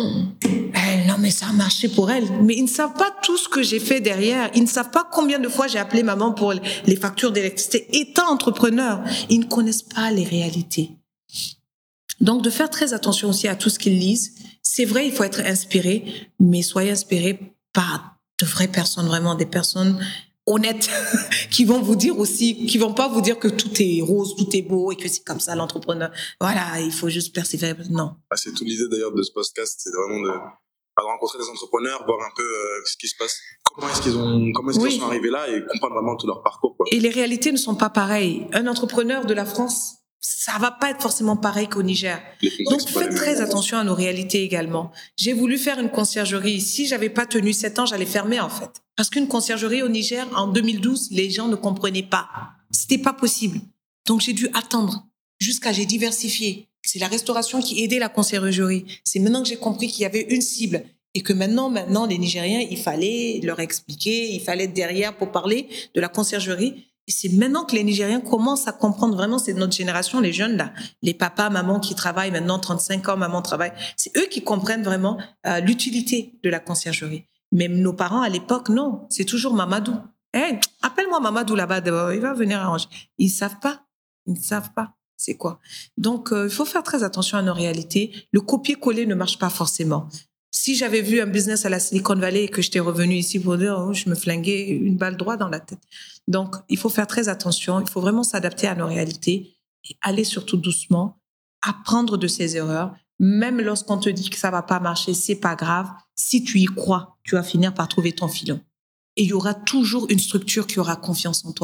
non mais ça a marché pour elle. Mais ils ne savent pas tout ce que j'ai fait derrière. Ils ne savent pas combien de fois j'ai appelé maman pour les factures d'électricité. Étant entrepreneur, ils ne connaissent pas les réalités. Donc de faire très attention aussi à tout ce qu'ils lisent. C'est vrai, il faut être inspiré, mais soyez inspiré par de vraies personnes, vraiment des personnes honnêtes qui vont vous dire aussi, qui vont pas vous dire que tout est rose, tout est beau et que c'est comme ça l'entrepreneur. Voilà, il faut juste persévérer. Non. C'est toute l'idée d'ailleurs de ce podcast, c'est vraiment de rencontrer des entrepreneurs, voir un peu ce qui se passe, comment est-ce qu'ils sont arrivés là et comprendre vraiment tout leur parcours, quoi. Et les réalités ne sont pas pareilles. Un entrepreneur de la France, ça va pas être forcément pareil qu'au Niger. Donc faites très attention à nos réalités également. J'ai voulu faire une conciergerie. Si j'avais pas tenu 7 ans, j'allais fermer en fait. Parce qu'une conciergerie au Niger, en 2012, les gens ne comprenaient pas. C'était pas possible. Donc j'ai dû attendre jusqu'à j'ai diversifié. C'est la restauration qui aidait la conciergerie. C'est maintenant que j'ai compris qu'il y avait une cible et que maintenant, les Nigériens, il fallait leur expliquer, il fallait être derrière pour parler de la conciergerie. Et c'est maintenant que les Nigériens commencent à comprendre vraiment, c'est notre génération, les jeunes là, les papas, mamans qui travaillent maintenant 35 ans, maman travaille. C'est eux qui comprennent vraiment l'utilité de la conciergerie. Même nos parents à l'époque, non, c'est toujours Mamadou. Hey, appelle-moi Mamadou là-bas, il va venir arranger. Ils ne savent pas. C'est quoi? Donc, il faut faire très attention à nos réalités. Le copier-coller ne marche pas forcément. Si j'avais vu un business à la Silicon Valley et que j'étais revenue ici pour dire, je me flinguais une balle droit dans la tête. Donc, il faut faire très attention. Il faut vraiment s'adapter à nos réalités et aller surtout doucement, apprendre de ses erreurs. Même lorsqu'on te dit que ça va pas marcher, c'est pas grave. Si tu y crois, tu vas finir par trouver ton filon. Et il y aura toujours une structure qui aura confiance en toi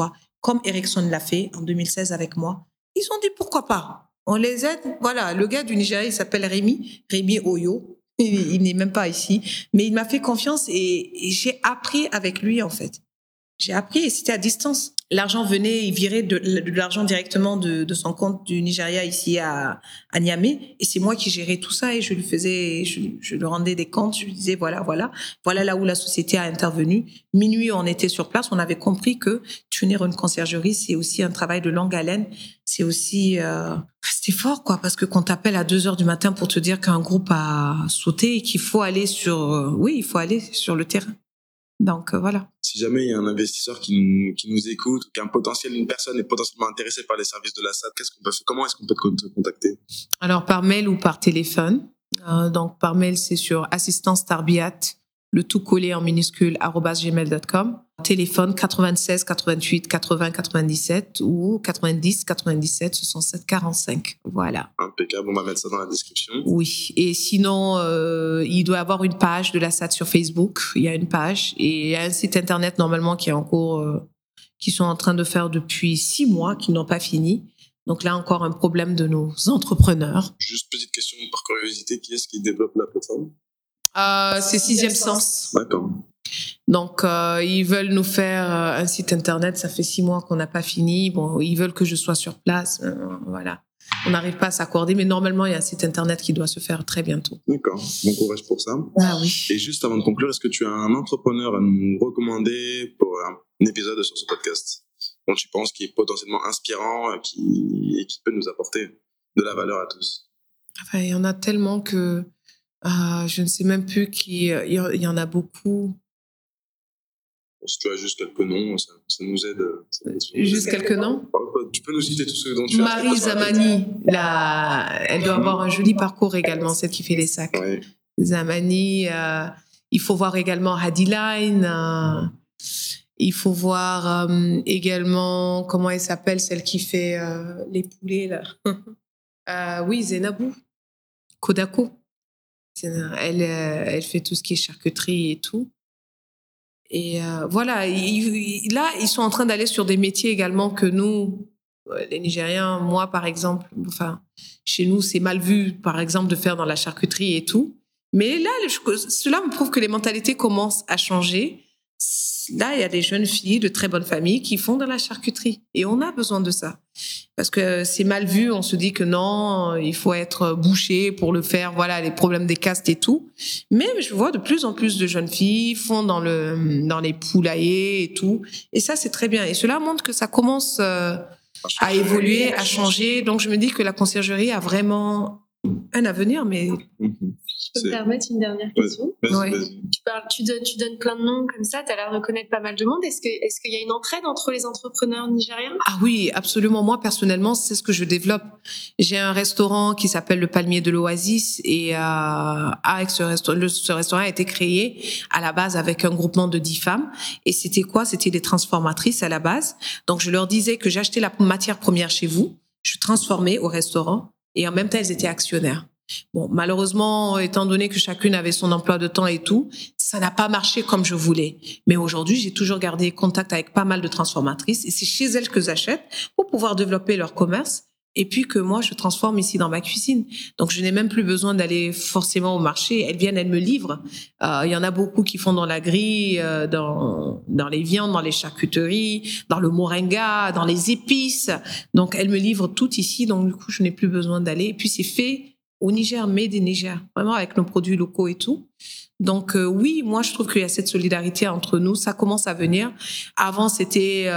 comme Ericsson l'a fait en 2016 avec moi. Ils ont dit pourquoi pas. On les aide. Voilà, le gars du Nigeria, il s'appelle Rémi Oyo. Il n'est même pas ici, mais il m'a fait confiance et j'ai appris avec lui en fait. J'ai appris et c'était à distance. L'argent venait, il virait de l'argent directement de son compte du Nigeria ici à Niamey. Et c'est moi qui gérais tout ça et je lui rendais des comptes. Je lui disais voilà là où la société a intervenu. Minuit, on était sur place. On avait compris que tenir une conciergerie, c'est aussi un travail de longue haleine. C'est aussi rester fort, quoi. Parce que quand t'appelles à 2 heures du matin pour te dire qu'un groupe a sauté et qu'il faut aller il faut aller sur le terrain. Donc voilà. Si jamais il y a un investisseur qui nous écoute, une personne est potentiellement intéressée par les services de la SAD, qu'est-ce qu'on peut faire? Comment est-ce qu'on peut te contacter? Alors par mail ou par téléphone. Donc par mail, c'est sur assistance-tarbiat, le tout collé en minuscule @gmail.com. Téléphone 96 88 80 97 ou 90 97 67 45. Voilà. Impeccable, on va mettre ça dans la description. Oui, et sinon, il doit y avoir une page de la SAD sur Facebook. Il y a une page et il y a un site internet normalement qui est en cours, qui sont en train de faire depuis 6 mois, qui n'ont pas fini. Donc là encore un problème de nos entrepreneurs. Juste petite question par curiosité, qui est-ce qui développe la plateforme? C'est Sixième Sens. D'accord. Donc, ils veulent nous faire un site internet. Ça fait 6 mois qu'on n'a pas fini. Bon, ils veulent que je sois sur place. Voilà. On n'arrive pas à s'accorder, mais normalement, il y a un site internet qui doit se faire très bientôt. D'accord. Bon courage pour ça. Ah oui. Et juste avant de conclure, est-ce que tu as un entrepreneur à nous recommander pour un épisode sur ce podcast dont tu penses qui est potentiellement inspirant et qui peut nous apporter de la valeur à tous? Enfin, il y en a tellement que je ne sais même plus qui. Il y en a beaucoup. Si tu as juste quelques noms, ça nous aide. Juste quelques noms? Tu peux nous citer tous ceux dont tu as. Marie Zamani, elle doit avoir un joli parcours également, celle qui fait les sacs. Ouais. Zamani, il faut voir également Hadiline, il faut voir également, comment elle s'appelle, celle qui fait les poulets, là. Oui, Zainabou, Kodako. Elle fait tout ce qui est charcuterie et tout. Et voilà, là, ils sont en train d'aller sur des métiers également que nous, les Nigériens, moi par exemple, enfin, chez nous, c'est mal vu, par exemple, de faire dans la charcuterie et tout. Mais là, cela me prouve que les mentalités commencent à changer. Là, il y a des jeunes filles de très bonnes familles qui font de la charcuterie. Et on a besoin de ça. Parce que c'est mal vu, on se dit que non, il faut être boucher pour le faire, voilà, les problèmes des castes et tout. Mais je vois de plus en plus de jeunes filles font dans les poulaillers et tout. Et ça, c'est très bien. Et cela montre que ça commence à évoluer, à changer. Donc, je me dis que la conciergerie a vraiment un avenir, mais... Je peux me permettre une dernière question? Vas-y. Tu donnes plein de noms comme ça, tu as l'air de connaître pas mal de monde. Est-ce qu'il y a une entraide entre les entrepreneurs nigériens? Ah oui, absolument. Moi, personnellement, c'est ce que je développe. J'ai un restaurant qui s'appelle le Palmier de l'Oasis et avec ce restaurant a été créé à la base avec un groupement de 10 femmes. Et c'était quoi? C'était des transformatrices à la base. Donc, je leur disais que j'achetais la matière première chez vous, je transformais au restaurant et en même temps, elles étaient actionnaires. Bon, malheureusement, étant donné que chacune avait son emploi de temps et tout, ça n'a pas marché comme je voulais. Mais aujourd'hui, j'ai toujours gardé contact avec pas mal de transformatrices et c'est chez elles que j'achète pour pouvoir développer leur commerce et puis que moi, je transforme ici dans ma cuisine. Donc, je n'ai même plus besoin d'aller forcément au marché. Elles viennent, elles me livrent. Il y en a beaucoup qui font dans la grille, dans les viandes, dans les charcuteries, dans le moringa, dans les épices. Donc, elles me livrent tout ici. Donc, du coup, je n'ai plus besoin d'aller. Et puis, c'est fait au Niger, made in Niger, vraiment avec nos produits locaux et tout. Donc oui, moi je trouve qu'il y a cette solidarité entre nous, ça commence à venir. Avant c'était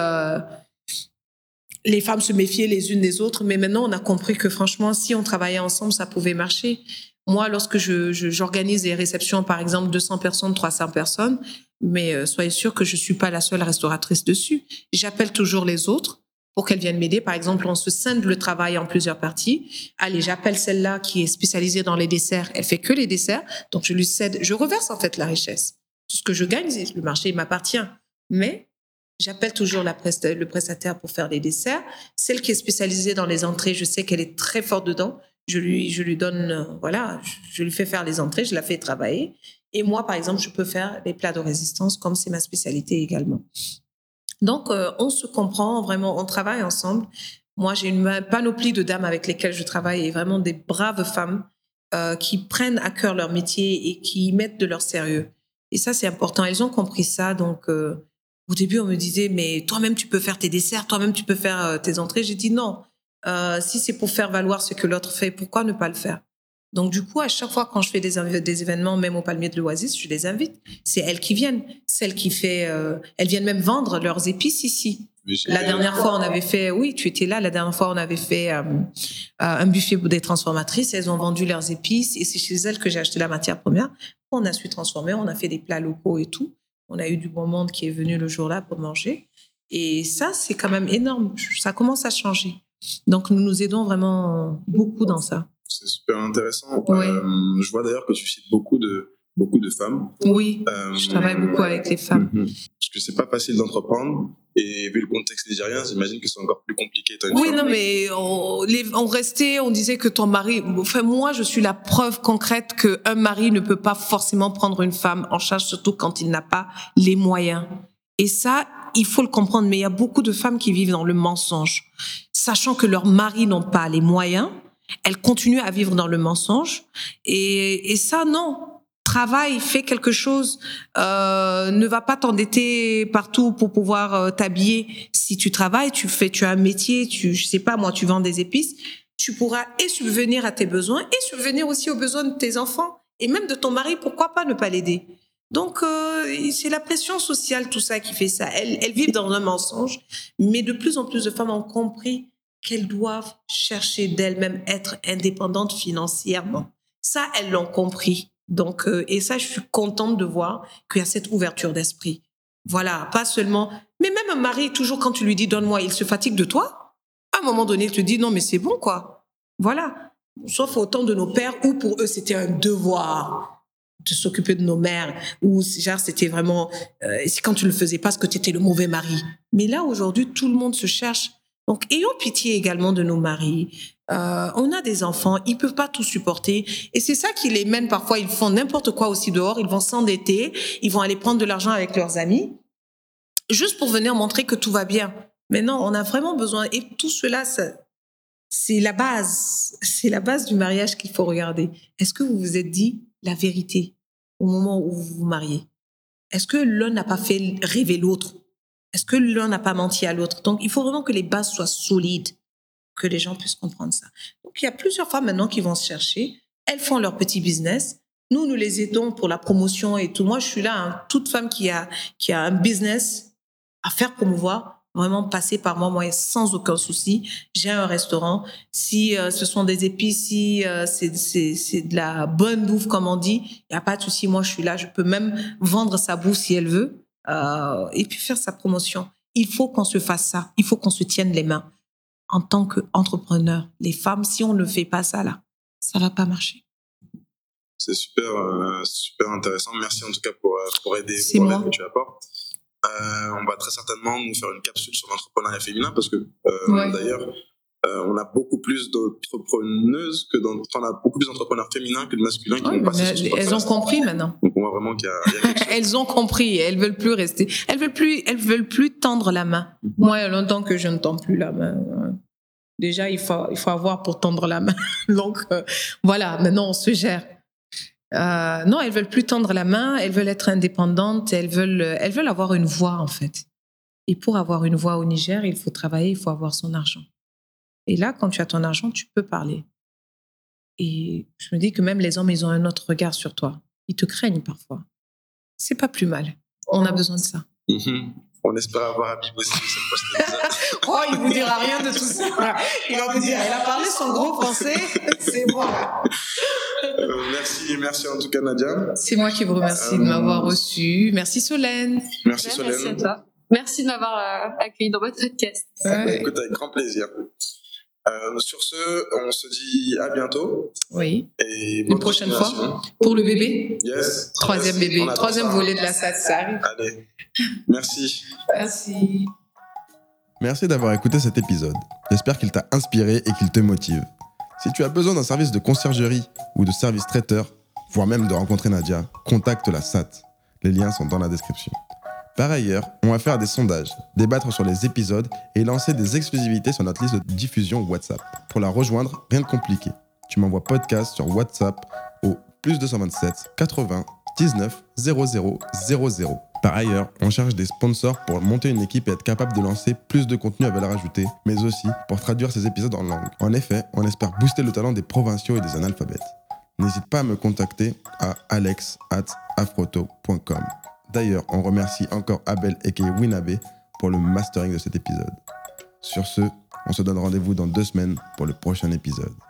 les femmes se méfiaient les unes des autres, mais maintenant on a compris que franchement, si on travaillait ensemble, ça pouvait marcher. Moi, lorsque j'organise des réceptions, par exemple 200 personnes, 300 personnes, mais soyez sûrs que je suis pas la seule restauratrice dessus. J'appelle toujours les autres pour qu'elles viennent m'aider. Par exemple, on se scinde le travail en plusieurs parties. Allez, j'appelle celle-là qui est spécialisée dans les desserts. Elle fait que les desserts. Donc, je lui cède, je reverse en fait la richesse. Tout ce que je gagne, le marché, il m'appartient. Mais j'appelle toujours le prestataire pour faire les desserts. Celle qui est spécialisée dans les entrées, je sais qu'elle est très forte dedans. Je lui donne, voilà, je lui fais faire les entrées, je la fais travailler. Et moi, par exemple, je peux faire les plats de résistance comme c'est ma spécialité également. Donc, on se comprend vraiment, on travaille ensemble. Moi, j'ai une panoplie de dames avec lesquelles je travaille et vraiment des braves femmes qui prennent à cœur leur métier et qui y mettent de leur sérieux. Et ça, c'est important. Elles ont compris ça. Donc, au début, on me disait, mais toi-même, tu peux faire tes desserts, toi-même, tu peux faire tes entrées. J'ai dit non. Si c'est pour faire valoir ce que l'autre fait, pourquoi ne pas le faire? Donc, du coup, à chaque fois, quand je fais des événements, même au Palmier de l'Oasis, je les invite. C'est elles qui viennent. Celles qui elles viennent même vendre leurs épices ici. La dernière fois, on avait fait, oui, tu étais là. La dernière fois, on avait fait un buffet pour des transformatrices. Elles ont vendu leurs épices et c'est chez elles que j'ai acheté la matière première. On a su transformer. On a fait des plats locaux et tout. On a eu du bon monde qui est venu le jour-là pour manger. Et ça, c'est quand même énorme. Ça commence à changer. Donc, nous nous aidons vraiment beaucoup dans ça. C'est super intéressant. Oui. Je vois d'ailleurs que tu cites beaucoup de femmes. Oui, je travaille beaucoup avec les femmes. Parce que c'est pas facile d'entreprendre et vu le contexte nigérien, j'imagine que c'est encore plus compliqué. Oui, non, mais on disait que ton mari... Enfin, moi, je suis la preuve concrète qu'un mari ne peut pas forcément prendre une femme en charge, surtout quand il n'a pas les moyens. Et ça, il faut le comprendre. Mais il y a beaucoup de femmes qui vivent dans le mensonge. Sachant que leurs maris n'ont pas les moyens, elles continuent à vivre dans le mensonge. Et ça, non. Travaille, fais quelque chose. Ne va pas t'endetter partout pour pouvoir t'habiller. Si tu travailles, tu as un métier, je sais pas moi, tu vends des épices, tu pourras et subvenir à tes besoins et subvenir aussi aux besoins de tes enfants et même de ton mari. Pourquoi pas ne pas l'aider? Donc, c'est la pression sociale, tout ça qui fait ça. Elles vivent dans un mensonge, mais de plus en plus de femmes ont compris qu'elles doivent chercher d'elles-mêmes être indépendantes financièrement. Ça, elles l'ont compris. Donc, et ça, je suis contente de voir qu'il y a cette ouverture d'esprit. Voilà, pas seulement... Mais même un mari, toujours quand tu lui dis « donne-moi », il se fatigue de toi. À un moment donné, il te dit « non, mais c'est bon, quoi ». Voilà. Sauf au temps de nos pères, où pour eux, c'était un devoir de s'occuper de nos mères, où genre, c'était vraiment... c'est quand tu le faisais pas, parce que tu étais le mauvais mari. Mais là, aujourd'hui, tout le monde se cherche. Donc, ayons pitié également de nos maris. On a des enfants, ils peuvent pas tout supporter. Et c'est ça qui les mène parfois, ils font n'importe quoi aussi dehors, ils vont s'endetter, ils vont aller prendre de l'argent avec leurs amis, juste pour venir montrer que tout va bien. Mais non, on a vraiment besoin. Et tout cela, c'est la base. C'est la base du mariage qu'il faut regarder. Est-ce que vous vous êtes dit la vérité au moment où vous vous mariez? Est-ce que l'un n'a pas fait rêver l'autre? Est-ce que l'un n'a pas menti à l'autre? Donc, il faut vraiment que les bases soient solides, que les gens puissent comprendre ça. Donc, il y a plusieurs femmes maintenant qui vont se chercher. Elles font leur petit business. Nous les aidons pour la promotion et tout. Moi, je suis là, hein, toute femme qui a un business à faire promouvoir, vraiment passer par moi sans aucun souci. J'ai un restaurant. Si ce sont des épices, si c'est de la bonne bouffe, comme on dit, il n'y a pas de souci. Moi, je suis là. Je peux même vendre sa bouffe si elle veut. Et puis faire sa promotion. Il faut qu'on se fasse ça. Il faut qu'on se tienne les mains. En tant qu'entrepreneur, les femmes, si on ne fait pas ça là, ça va pas marcher. C'est super intéressant. Merci en tout cas pour aider l'aide que tu apportes. On va très certainement nous faire une capsule sur l'entrepreneuriat féminin parce que d'ailleurs, on a beaucoup plus d'entrepreneuses on a beaucoup plus d'entrepreneurs féminins que de masculins qui vont passer sur ce podcast. Elles ont compris maintenant. Donc on voit vraiment qu'il y a quelque chose. Elles ont compris. Elles veulent plus rester. Elles veulent plus tendre la main. Moi, il y a longtemps que je ne tends plus la main. Déjà, il faut avoir pour tendre la main. Donc voilà. Maintenant, on se gère. Non, elles veulent plus tendre la main. Elles veulent être indépendantes. Elles veulent avoir une voix en fait. Et pour avoir une voix au Niger, il faut travailler. Il faut avoir son argent. Et là, quand tu as ton argent, tu peux parler. Et je me dis que même les hommes, ils ont un autre regard sur toi. Ils te craignent parfois. C'est pas plus mal. On a besoin de ça. On espère avoir Habib aussi sur cette post-épisode. Oh, il vous dira rien de tout ça. Il va vous dire, elle a parlé son gros français, c'est bon. Merci en tout cas, Nadia. C'est moi qui vous remercie de m'avoir reçu. Merci Solène. Merci Solène. Merci à toi. Merci de m'avoir accueilli dans votre podcast. Écoute, avec grand plaisir. Sur ce, on se dit à bientôt. Oui. Et une prochaine fois pour le bébé. Yes. Troisième bébé. Troisième volet de la SAT, ça arrive. Allez. Merci. Merci. Merci d'avoir écouté cet épisode. J'espère qu'il t'a inspiré et qu'il te motive. Si tu as besoin d'un service de conciergerie ou de service traiteur, voire même de rencontrer Nadia, contacte la SAT. Les liens sont dans la description. Par ailleurs, on va faire des sondages, débattre sur les épisodes et lancer des exclusivités sur notre liste de diffusion WhatsApp. Pour la rejoindre, rien de compliqué. Tu m'envoies podcast sur WhatsApp au +227 80 19 00 00. Par ailleurs, on cherche des sponsors pour monter une équipe et être capable de lancer plus de contenu à valeur ajoutée, mais aussi pour traduire ces épisodes en langue. En effet, on espère booster le talent des provinciaux et des analphabètes. N'hésite pas à me contacter à alex@afroto.com. D'ailleurs, on remercie encore Abel aka Winabe pour le mastering de cet épisode. Sur ce, on se donne rendez-vous dans 2 semaines pour le prochain épisode.